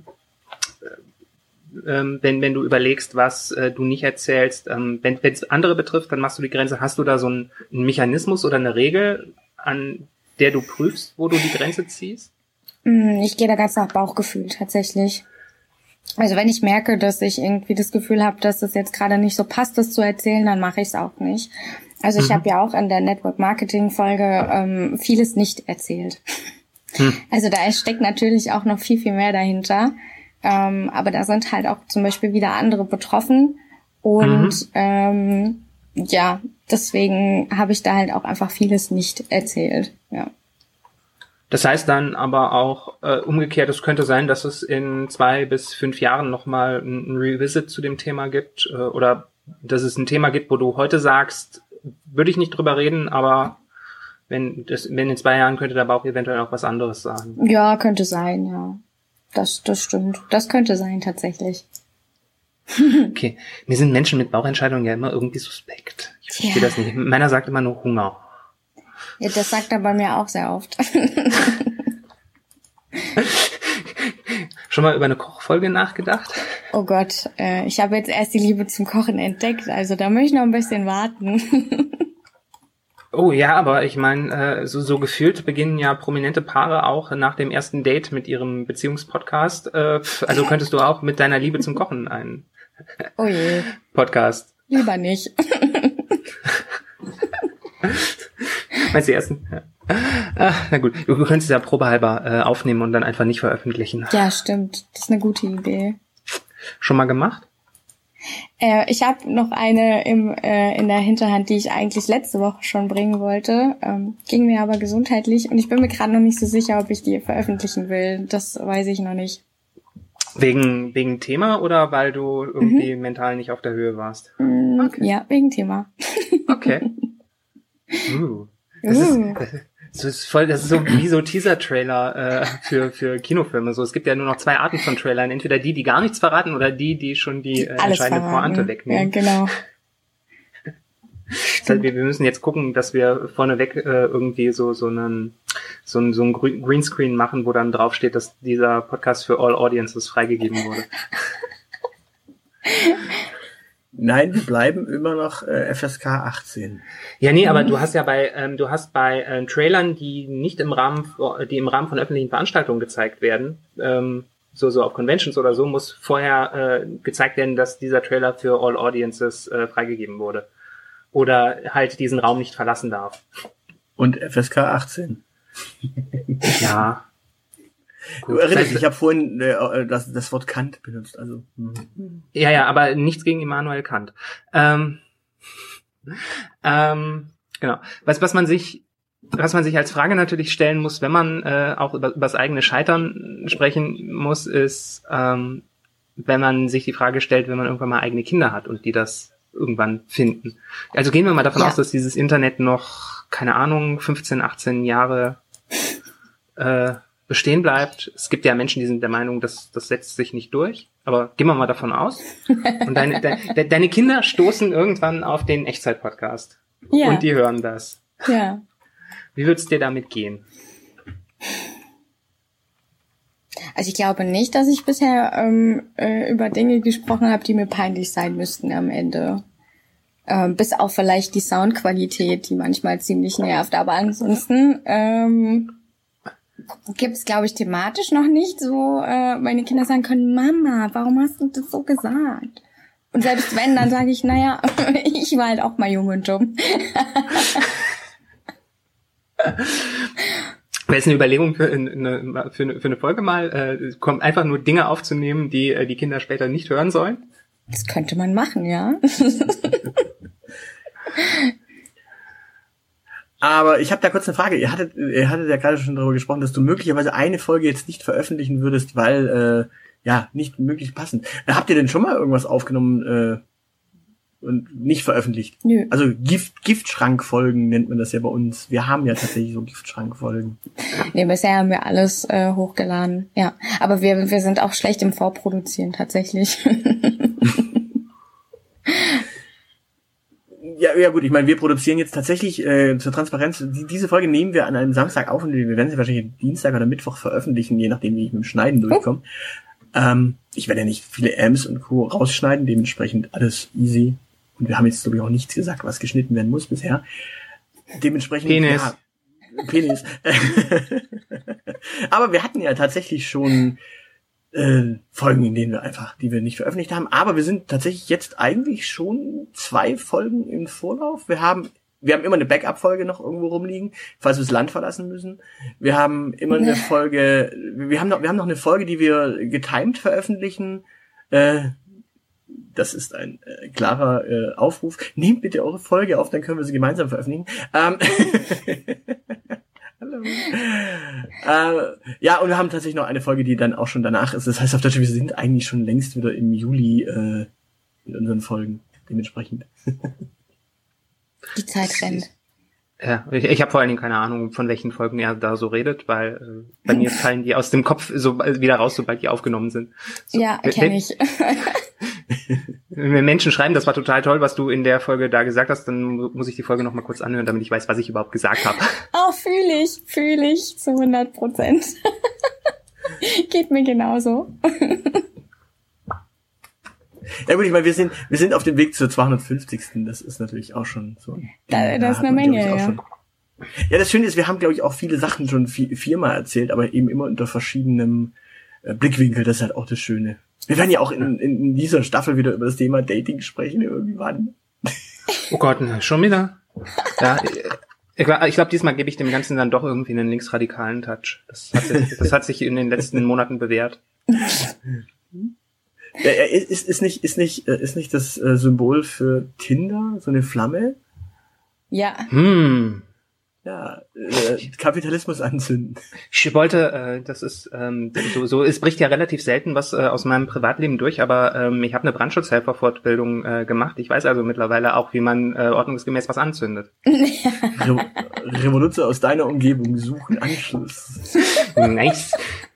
wenn du überlegst, was du nicht erzählst. Wenn es andere betrifft, dann machst du die Grenze. Hast du da so einen Mechanismus oder eine Regel, an der du prüfst, wo du die Grenze ziehst? Ich gehe da ganz nach Bauchgefühl tatsächlich. Also wenn ich merke, dass ich irgendwie das Gefühl habe, dass es jetzt gerade nicht so passt, das zu erzählen, dann mache ich es auch nicht. Also ich habe ja auch in der Network-Marketing-Folge vieles nicht erzählt. Also da steckt natürlich auch noch viel mehr dahinter. Aber da sind halt auch zum Beispiel wieder andere betroffen. Und ja, deswegen habe ich da halt auch einfach vieles nicht erzählt. Ja. Das heißt dann aber auch umgekehrt, es könnte sein, dass es in 2 bis 5 Jahren nochmal ein Revisit zu dem Thema gibt oder dass es ein Thema gibt, wo du heute sagst, würde ich nicht drüber reden, aber wenn in 2 Jahren könnte der Bauch eventuell auch was anderes sagen. Ja, könnte sein, ja. Das stimmt. Das könnte sein, tatsächlich. Okay. Mir sind Menschen mit Bauchentscheidungen ja immer irgendwie suspekt. Ich verstehe das nicht. Meiner sagt immer nur Hunger. Ja, das sagt er bei mir auch sehr oft. Schon mal über eine Kochfolge nachgedacht? Oh Gott, ich habe jetzt erst die Liebe zum Kochen entdeckt, also da möchte ich noch ein bisschen warten. Oh ja, aber ich meine, so gefühlt beginnen ja prominente Paare auch nach dem ersten Date mit ihrem Beziehungspodcast. Also könntest du auch mit deiner Liebe zum Kochen einen Podcast. Lieber nicht. Meinst du die ersten? Ja. Na gut, du könntest es ja probehalber aufnehmen und dann einfach nicht veröffentlichen. Ja, stimmt. Das ist eine gute Idee. Schon mal gemacht? Ich habe noch eine in der Hinterhand, die ich eigentlich letzte Woche schon bringen wollte. Ging mir aber gesundheitlich und ich bin mir gerade noch nicht so sicher, ob ich die veröffentlichen will. Das weiß ich noch nicht. Wegen Thema oder weil du irgendwie mental nicht auf der Höhe warst? Okay. Ja, wegen Thema. Okay. Das ist so wie so Teaser-Trailer für Kinofilme. So, es gibt ja nur noch 2 Arten von Trailern. Entweder die gar nichts verraten oder die schon die entscheidende Pointe wegnehmen. Ja, genau. Das heißt, wir müssen jetzt gucken, dass wir vorneweg irgendwie so ein Greenscreen machen, wo dann draufsteht, dass dieser Podcast für all audiences freigegeben wurde. Nein, wir bleiben immer noch FSK 18. Ja, nee, aber du hast ja bei Trailern, die im Rahmen von öffentlichen Veranstaltungen gezeigt werden, so auf Conventions oder so, muss vorher gezeigt werden, dass dieser Trailer für all audiences freigegeben wurde. Oder halt diesen Raum nicht verlassen darf. Und FSK 18. Ja. Gut, du erinnerst dich, ich habe vorhin das Wort Kant benutzt. Also. Ja, aber nichts gegen Immanuel Kant. Genau. Was man sich als Frage natürlich stellen muss, wenn man auch über das eigene Scheitern sprechen muss, ist, wenn man sich die Frage stellt, wenn man irgendwann mal eigene Kinder hat und die das irgendwann finden. Also gehen wir mal davon aus, dass dieses Internet noch, keine Ahnung, 15, 18 Jahre bestehen bleibt. Es gibt ja Menschen, die sind der Meinung, das setzt sich nicht durch. Aber gehen wir mal davon aus. Und deine Kinder stoßen irgendwann auf den Echtzeit-Podcast. Ja. Und die hören das. Ja. Wie wird's dir damit gehen? Also ich glaube nicht, dass ich bisher über Dinge gesprochen habe, die mir peinlich sein müssten am Ende. Bis auf vielleicht die Soundqualität, die manchmal ziemlich nervt. Aber ansonsten gibt es, glaube ich, thematisch noch nicht so, meine Kinder sagen können, Mama, warum hast du das so gesagt? Und selbst wenn, dann sage ich, naja, ich war halt auch mal jung und dumm. Wäre es eine Überlegung für eine Folge mal, kommt einfach nur Dinge aufzunehmen, die die Kinder später nicht hören sollen? Das könnte man machen, ja. Aber ich habe da kurz eine Frage. Ihr hattet ja gerade schon darüber gesprochen, dass du möglicherweise eine Folge jetzt nicht veröffentlichen würdest, weil nicht möglich passend. Habt ihr denn schon mal irgendwas aufgenommen und nicht veröffentlicht? Nö. Also Giftschrankfolgen nennt man das ja bei uns. Wir haben ja tatsächlich so Giftschrankfolgen. Nee, bisher haben wir alles hochgeladen. Ja, aber wir sind auch schlecht im Vorproduzieren tatsächlich. Ja gut, ich meine, wir produzieren jetzt tatsächlich zur Transparenz, diese Folge nehmen wir an einem Samstag auf und wir werden sie wahrscheinlich Dienstag oder Mittwoch veröffentlichen, je nachdem, wie ich mit dem Schneiden durchkomme. Ich werde ja nicht viele Ms und Co. rausschneiden, dementsprechend alles easy. Und wir haben jetzt, glaube ich, auch nichts gesagt, was geschnitten werden muss bisher. Dementsprechend... Penis. Ja, Penis. Aber wir hatten ja tatsächlich schon Folgen, in denen die wir nicht veröffentlicht haben. Aber wir sind tatsächlich jetzt eigentlich schon 2 Folgen im Vorlauf. Wir haben immer eine Backup-Folge noch irgendwo rumliegen, falls wir das Land verlassen müssen. Wir haben immer eine Folge, wir haben noch eine Folge, die wir getimed veröffentlichen. Das ist ein klarer Aufruf. Nehmt bitte eure Folge auf, dann können wir sie gemeinsam veröffentlichen. Hallo. Ja, und wir haben tatsächlich noch eine Folge, die dann auch schon danach ist. Das heißt auf Deutsch, wir sind eigentlich schon längst wieder im Juli in unseren Folgen. Dementsprechend. Die Zeit rennt. Ja, ich habe vor allen Dingen keine Ahnung, von welchen Folgen er da so redet, weil bei mir fallen die aus dem Kopf so wieder raus, sobald die aufgenommen sind. So, ja, kenne ich. Wenn Menschen schreiben, das war total toll, was du in der Folge da gesagt hast, dann muss ich die Folge noch mal kurz anhören, damit ich weiß, was ich überhaupt gesagt habe. Oh, fühle ich zu 100%. Geht mir genauso. Ja gut, ich meine, wir sind auf dem Weg zur 250. Das ist natürlich auch schon so. Das ist eine Menge, ja. Ja, das Schöne ist, wir haben, glaube ich, auch viele Sachen schon viermal erzählt, aber eben immer unter verschiedenem Blickwinkel. Das ist halt auch das Schöne. Wir werden ja auch in dieser Staffel wieder über das Thema Dating sprechen irgendwann. Oh Gott, schon wieder? Ja, ich glaube, diesmal gebe ich dem Ganzen dann doch irgendwie einen linksradikalen Touch. Das hat sich in den letzten Monaten bewährt. Ja, ist nicht das Symbol für Tinder so eine Flamme? Ja. Ja, Kapitalismus anzünden. Ich wollte, das ist so, es bricht ja relativ selten was aus meinem Privatleben durch, aber ich habe eine Brandschutzhelferfortbildung gemacht. Ich weiß also mittlerweile auch, wie man ordnungsgemäß was anzündet. Revoluzer aus deiner Umgebung suchen Anschluss. Nice.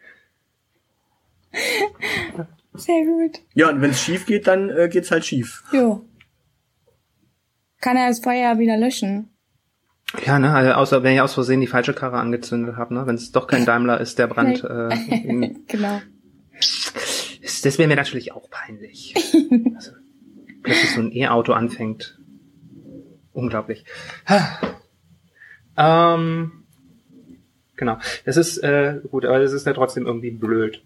Sehr gut. Ja, und wenn es schief geht, dann geht's halt schief. Jo. Kann er das Feuer wieder löschen? Ja, ne, also außer wenn ich aus Versehen die falsche Karre angezündet habe, ne, wenn es doch kein Daimler ist, der Brand. Genau. Das wäre mir natürlich auch peinlich. Also, plötzlich so ein E-Auto anfängt. Unglaublich. Genau. Das ist gut, aber das ist ja trotzdem irgendwie blöd.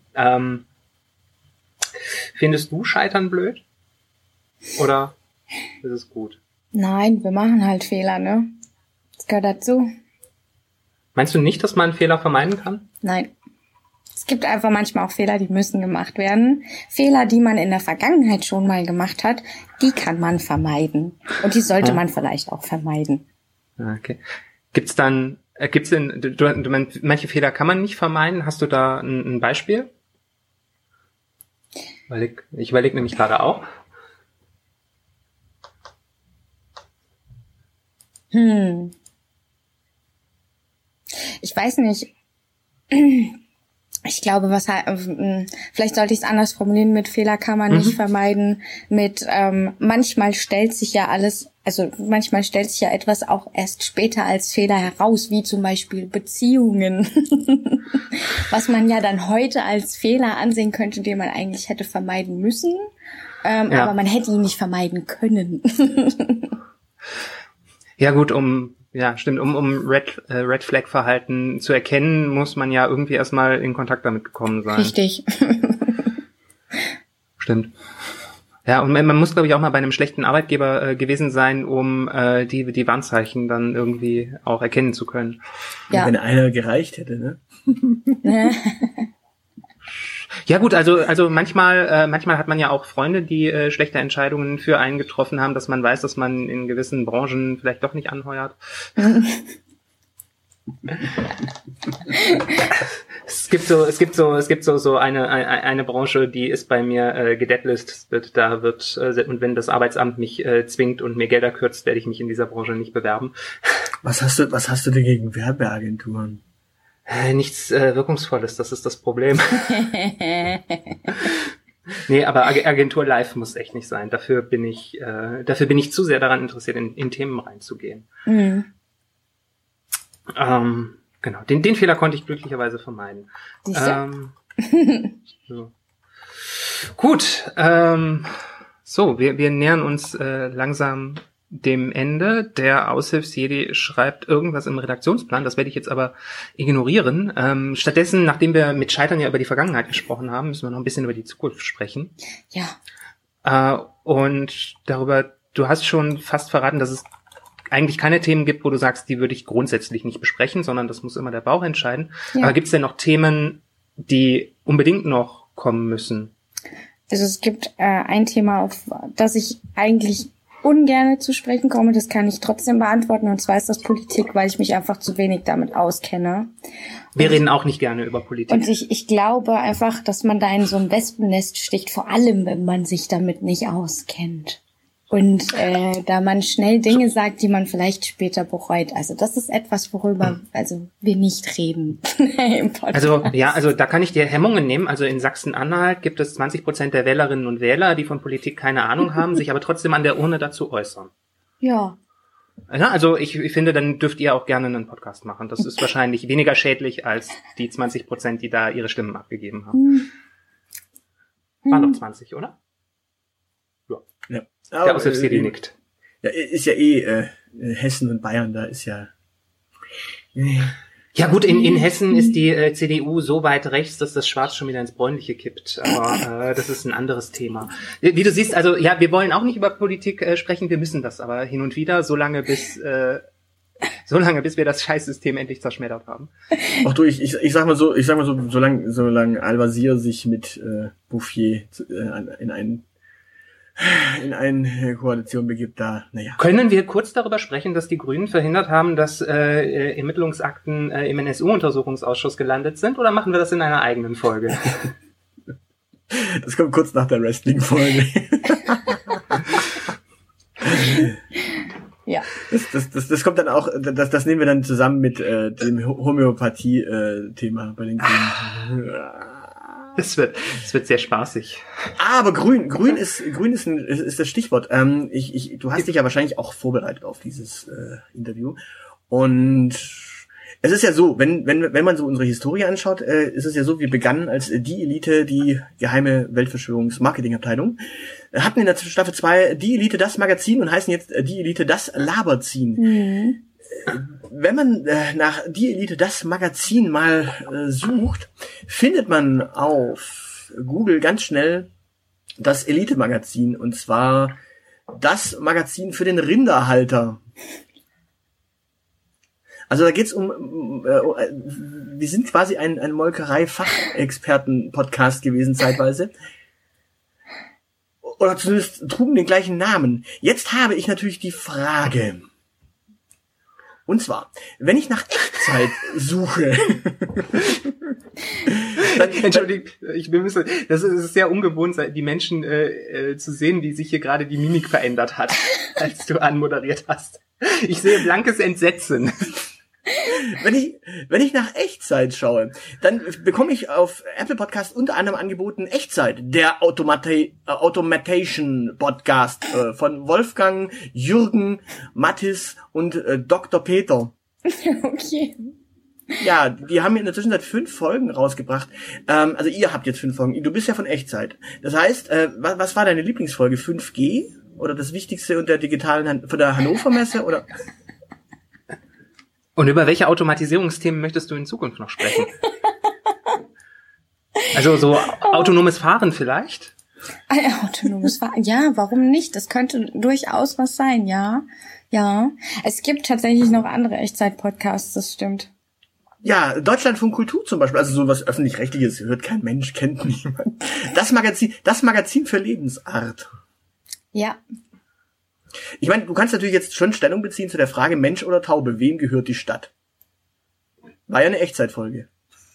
Findest du Scheitern blöd? Oder ist es gut? Nein, wir machen halt Fehler, ne? Das gehört dazu. Meinst du nicht, dass man einen Fehler vermeiden kann? Nein. Es gibt einfach manchmal auch Fehler, die müssen gemacht werden. Fehler, die man in der Vergangenheit schon mal gemacht hat, die kann man vermeiden. Und die sollte man vielleicht auch vermeiden. Okay. Gibt's denn, du meinst, manche Fehler kann man nicht vermeiden? Hast du da ein Beispiel? Ich überlege nämlich gerade auch. Ich weiß nicht. Ich glaube, vielleicht sollte ich es anders formulieren, mit Fehler kann man nicht vermeiden, manchmal stellt sich ja etwas auch erst später als Fehler heraus, wie zum Beispiel Beziehungen, was man ja dann heute als Fehler ansehen könnte, den man eigentlich hätte vermeiden müssen, aber man hätte ihn nicht vermeiden können. Ja gut, um Red Flag Verhalten zu erkennen, muss man ja irgendwie erstmal in Kontakt damit gekommen sein. Richtig. Stimmt. Ja, und man muss, glaube ich, auch mal bei einem schlechten Arbeitgeber gewesen sein, um die Warnzeichen dann irgendwie auch erkennen zu können. Ja. Wenn einer gereicht hätte, ne? Ja gut, also manchmal hat man ja auch Freunde, die schlechte Entscheidungen für einen getroffen haben, dass man weiß, dass man in gewissen Branchen vielleicht doch nicht anheuert. Es gibt so eine Branche, die ist bei mir gedeadlistet. Da wird und wenn das Arbeitsamt mich zwingt und mir Gelder kürzt, werde ich mich in dieser Branche nicht bewerben. Was hast du denn gegen Werbeagenturen? Nichts Wirkungsvolles, das ist das Problem. Nee, aber Agentur live muss echt nicht sein. Dafür bin ich zu sehr daran interessiert, in Themen reinzugehen. Mhm. Genau, den Fehler konnte ich glücklicherweise vermeiden. So. Gut, so, wir nähern uns langsam dem Ende. Der Aushilfsjedi schreibt irgendwas im Redaktionsplan, das werde ich jetzt aber ignorieren. Stattdessen, nachdem wir mit Scheitern ja über die Vergangenheit gesprochen haben, müssen wir noch ein bisschen über die Zukunft sprechen. Ja. Und darüber, du hast schon fast verraten, dass es eigentlich keine Themen gibt, wo du sagst, die würde ich grundsätzlich nicht besprechen, sondern das muss immer der Bauch entscheiden. Ja. Aber gibt es denn noch Themen, die unbedingt noch kommen müssen? Also es gibt ein Thema, auf das ich eigentlich ungerne zu sprechen komme, das kann ich trotzdem beantworten, und zwar ist das Politik, weil ich mich einfach zu wenig damit auskenne. Wir reden auch nicht gerne über Politik. Und ich glaube einfach, dass man da in so ein Wespennest sticht, vor allem, wenn man sich damit nicht auskennt. Und da man schnell Dinge sagt, die man vielleicht später bereut. Also das ist etwas, worüber wir nicht reden im Podcast. Also da kann ich dir Hemmungen nehmen. Also in Sachsen-Anhalt gibt es 20% der Wählerinnen und Wähler, die von Politik keine Ahnung haben, sich aber trotzdem an der Urne dazu äußern. Ja. Ja, also ich finde, dann dürft ihr auch gerne einen Podcast machen. Das ist wahrscheinlich weniger schädlich als die 20%, die da ihre Stimmen abgegeben haben. Waren doch 20, oder? Ja. Der Aushilfsjedi nickt. Ja, ist ja Hessen und Bayern, da ist ja... Ja gut, in Hessen ist die CDU so weit rechts, dass das Schwarz schon wieder ins Bräunliche kippt. Aber das ist ein anderes Thema. Wie du siehst, also ja, wir wollen auch nicht über Politik sprechen, wir müssen das aber hin und wieder, solange bis wir das Scheißsystem endlich zerschmettert haben. Ach du, ich sag mal so, solange Al-Wazir sich mit Bouffier in eine Koalition begibt, da, naja. Können wir kurz darüber sprechen, dass die Grünen verhindert haben, dass Ermittlungsakten im NSU-Untersuchungsausschuss gelandet sind, oder machen wir das in einer eigenen Folge? Das kommt kurz nach der Wrestling-Folge. Ja. Das kommt dann auch, das nehmen wir dann zusammen mit dem Homöopathie-Thema bei den Grünen. Es wird sehr spaßig. Aber Grün ist das Stichwort. Du hast dich ja wahrscheinlich auch vorbereitet auf dieses Interview. Und es ist ja so, wenn man so unsere Historie anschaut, ist es ja so, wir begannen als die Elite, die geheime Weltverschwörungs-Marketing-Abteilung, hatten in der Staffel 2 die Elite, das Magazin, und heißen jetzt die Elite, das Laberziehen. Mhm. Wenn man nach die Elite, das Magazin mal sucht, findet man auf Google ganz schnell das Elite-Magazin, und zwar das Magazin für den Rinderhalter. Also da geht's wir sind quasi ein Molkerei-Fachexperten-Podcast gewesen zeitweise. Oder zumindest trugen den gleichen Namen. Jetzt habe ich natürlich die Frage. Und zwar, wenn ich nach Echtzeit suche. Entschuldigung, das ist sehr ungewohnt, die Menschen zu sehen, wie sich hier gerade die Mimik verändert hat, als du anmoderiert hast. Ich sehe blankes Entsetzen. wenn ich nach Echtzeit schaue, dann bekomme ich auf Apple Podcast unter anderem angeboten Echtzeit, der Automation Podcast von Wolfgang, Jürgen, Mathis und Dr. Peter. Okay. Ja, die haben in der Zwischenzeit 5 Folgen rausgebracht. Also ihr habt jetzt 5 Folgen. Du bist ja von Echtzeit. Das heißt, was war deine Lieblingsfolge? 5G? Oder das Wichtigste unter digitalen, von der Hannover Messe? Oder? Und über welche Automatisierungsthemen möchtest du in Zukunft noch sprechen? Also so autonomes Fahren vielleicht? Autonomes Fahren, ja, warum nicht? Das könnte durchaus was sein, ja. Ja, es gibt tatsächlich noch andere Echtzeit-Podcasts, das stimmt. Ja, Deutschlandfunk Kultur zum Beispiel, also sowas Öffentlich-Rechtliches, hört kein Mensch, kennt niemand. Das Magazin für Lebensart. Ja. Ich meine, du kannst natürlich jetzt schon Stellung beziehen zu der Frage Mensch oder Taube, wem gehört die Stadt? War ja eine Echtzeitfolge.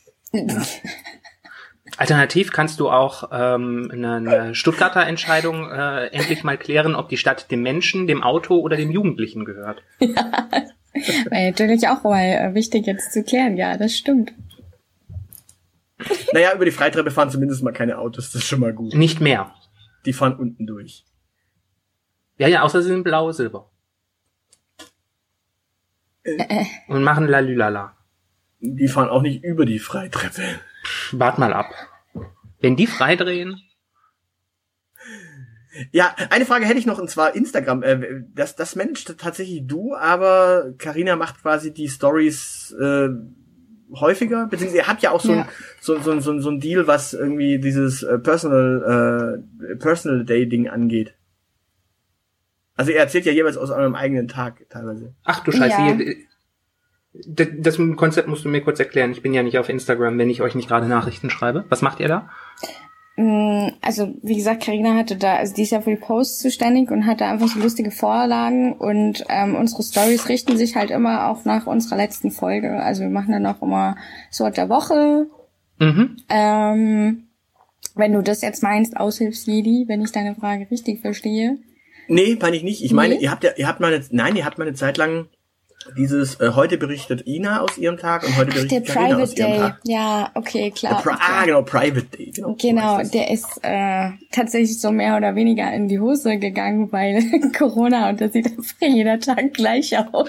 Alternativ kannst du auch eine Stuttgarter Entscheidung endlich mal klären, ob die Stadt dem Menschen, dem Auto oder dem Jugendlichen gehört. Ja, wäre natürlich auch mal wichtig jetzt zu klären, ja, das stimmt. Naja, über die Freitreppe fahren zumindest mal keine Autos, das ist schon mal gut. Nicht mehr. Die fahren unten durch. Ja, außer sie sind blau-silber. Und machen Lalülala. Die fahren auch nicht über die Freitreppe. Wart mal ab. Wenn die freidrehen. Ja, eine Frage hätte ich noch, und zwar Instagram. Das managt tatsächlich du, aber Carina macht quasi die Stories häufiger, beziehungsweise ihr habt ja auch so ein Deal, was irgendwie dieses Personal Day Ding angeht. Also ihr erzählt ja jeweils aus eurem eigenen Tag teilweise. Ach du Scheiße, Ja. Das Konzept musst du mir kurz erklären. Ich bin ja nicht auf Instagram, wenn ich euch nicht gerade Nachrichten schreibe. Was macht ihr da? Also, wie gesagt, Carina hatte da, also die ist ja für die Posts zuständig und hat da einfach so lustige Vorlagen und unsere Stories richten sich halt immer auch nach unserer letzten Folge. Also wir machen dann auch immer Wort der Woche. Mhm. Wenn du das jetzt meinst, Aushilfsjedi, wenn ich deine Frage richtig verstehe. Nee, meine ich nicht. Ich meine, Nee? ihr habt mal eine Zeit lang dieses heute berichtet Ina aus ihrem Tag und heute Der berichtet Carina aus Private ihrem Day. Tag. Ja, okay, klar. Genau, Private Day. Genau, so heißt das. der ist tatsächlich so mehr oder weniger in die Hose gegangen, weil Corona und das sieht einfach jeder Tag gleich aus.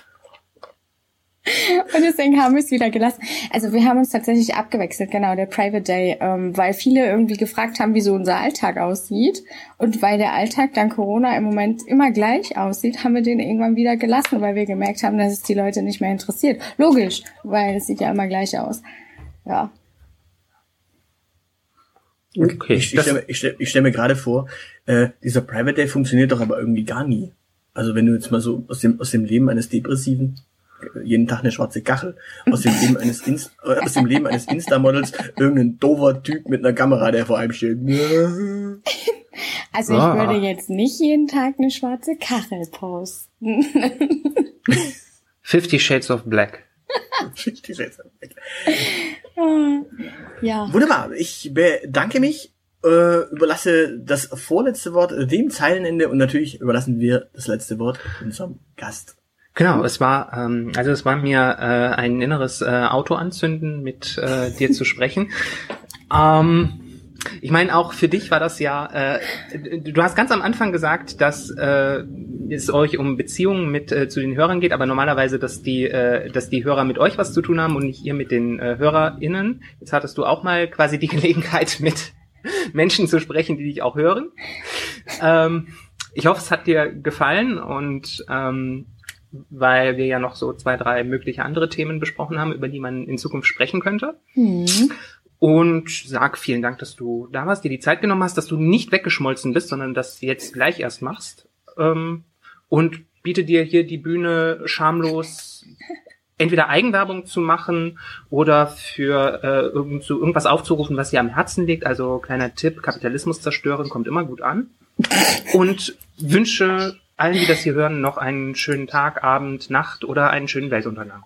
Und deswegen haben wir es wieder gelassen. Also wir haben uns tatsächlich abgewechselt, genau, der Private Day, weil viele irgendwie gefragt haben, wie so unser Alltag aussieht. Und weil der Alltag dank Corona im Moment immer gleich aussieht, haben wir den irgendwann wieder gelassen, weil wir gemerkt haben, dass es die Leute nicht mehr interessiert. Logisch, weil es sieht ja immer gleich aus. Ja. Okay. Ich stell mir gerade vor, dieser Private Day funktioniert doch aber irgendwie gar nie. Also wenn du jetzt mal so aus dem Leben eines Depressiven, jeden Tag eine schwarze Kachel, aus dem Leben eines Insta-Models, irgendein doofer Typ mit einer Kamera, der vor einem steht. Also ich würde jetzt nicht jeden Tag eine schwarze Kachel posten. 50 Shades of Black. Ja. Wunderbar, ich bedanke mich, überlasse das vorletzte Wort dem Zeilenende und natürlich überlassen wir das letzte Wort unserem Gast. Genau, es war mir ein inneres Autoanzünden, mit dir zu sprechen. Ich meine, auch für dich war das ja, du hast ganz am Anfang gesagt, dass es euch um Beziehungen zu den Hörern geht, aber normalerweise, dass die Hörer mit euch was zu tun haben und nicht ihr mit den HörerInnen. Jetzt hattest du auch mal quasi die Gelegenheit, mit Menschen zu sprechen, die dich auch hören. Ich hoffe, es hat dir gefallen und weil wir ja noch so 2, 3 mögliche andere Themen besprochen haben, über die man in Zukunft sprechen könnte. Und sag vielen Dank, dass du da warst, dir die Zeit genommen hast, dass du nicht weggeschmolzen bist, sondern das jetzt gleich erst machst. Und biete dir hier die Bühne schamlos entweder Eigenwerbung zu machen oder für irgendwas aufzurufen, was dir am Herzen liegt. Also kleiner Tipp, Kapitalismus zerstören kommt immer gut an. Und wünsche allen, die das hier hören, noch einen schönen Tag, Abend, Nacht oder einen schönen Weltuntergang.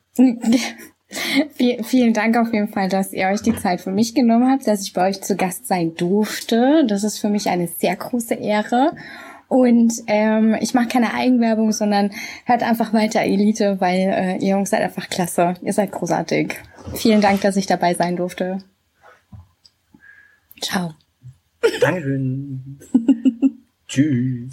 Vielen Dank auf jeden Fall, dass ihr euch die Zeit für mich genommen habt, dass ich bei euch zu Gast sein durfte. Das ist für mich eine sehr große Ehre. Und ich mache keine Eigenwerbung, sondern hört einfach weiter Elite, weil ihr Jungs seid einfach klasse. Ihr seid großartig. Vielen Dank, dass ich dabei sein durfte. Ciao. Dankeschön. Tschüss.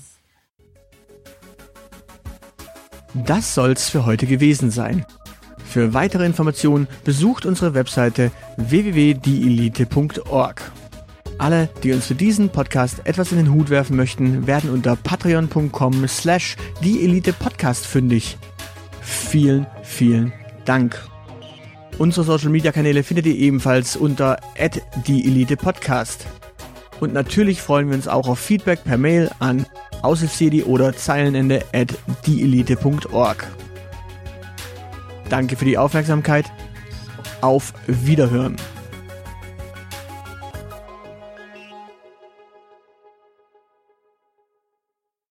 Das soll's für heute gewesen sein. Für weitere Informationen besucht unsere Webseite www.dieelite.org. Alle, die uns für diesen Podcast etwas in den Hut werfen möchten, werden unter patreon.com/dieelitepodcast fündig. Vielen, vielen Dank. Unsere Social-Media-Kanäle findet ihr ebenfalls unter @dieelitepodcast. Und natürlich freuen wir uns auch auf Feedback per Mail an aushilfsjedi oder zeilenende@dieelite.org. Danke für die Aufmerksamkeit. Auf Wiederhören.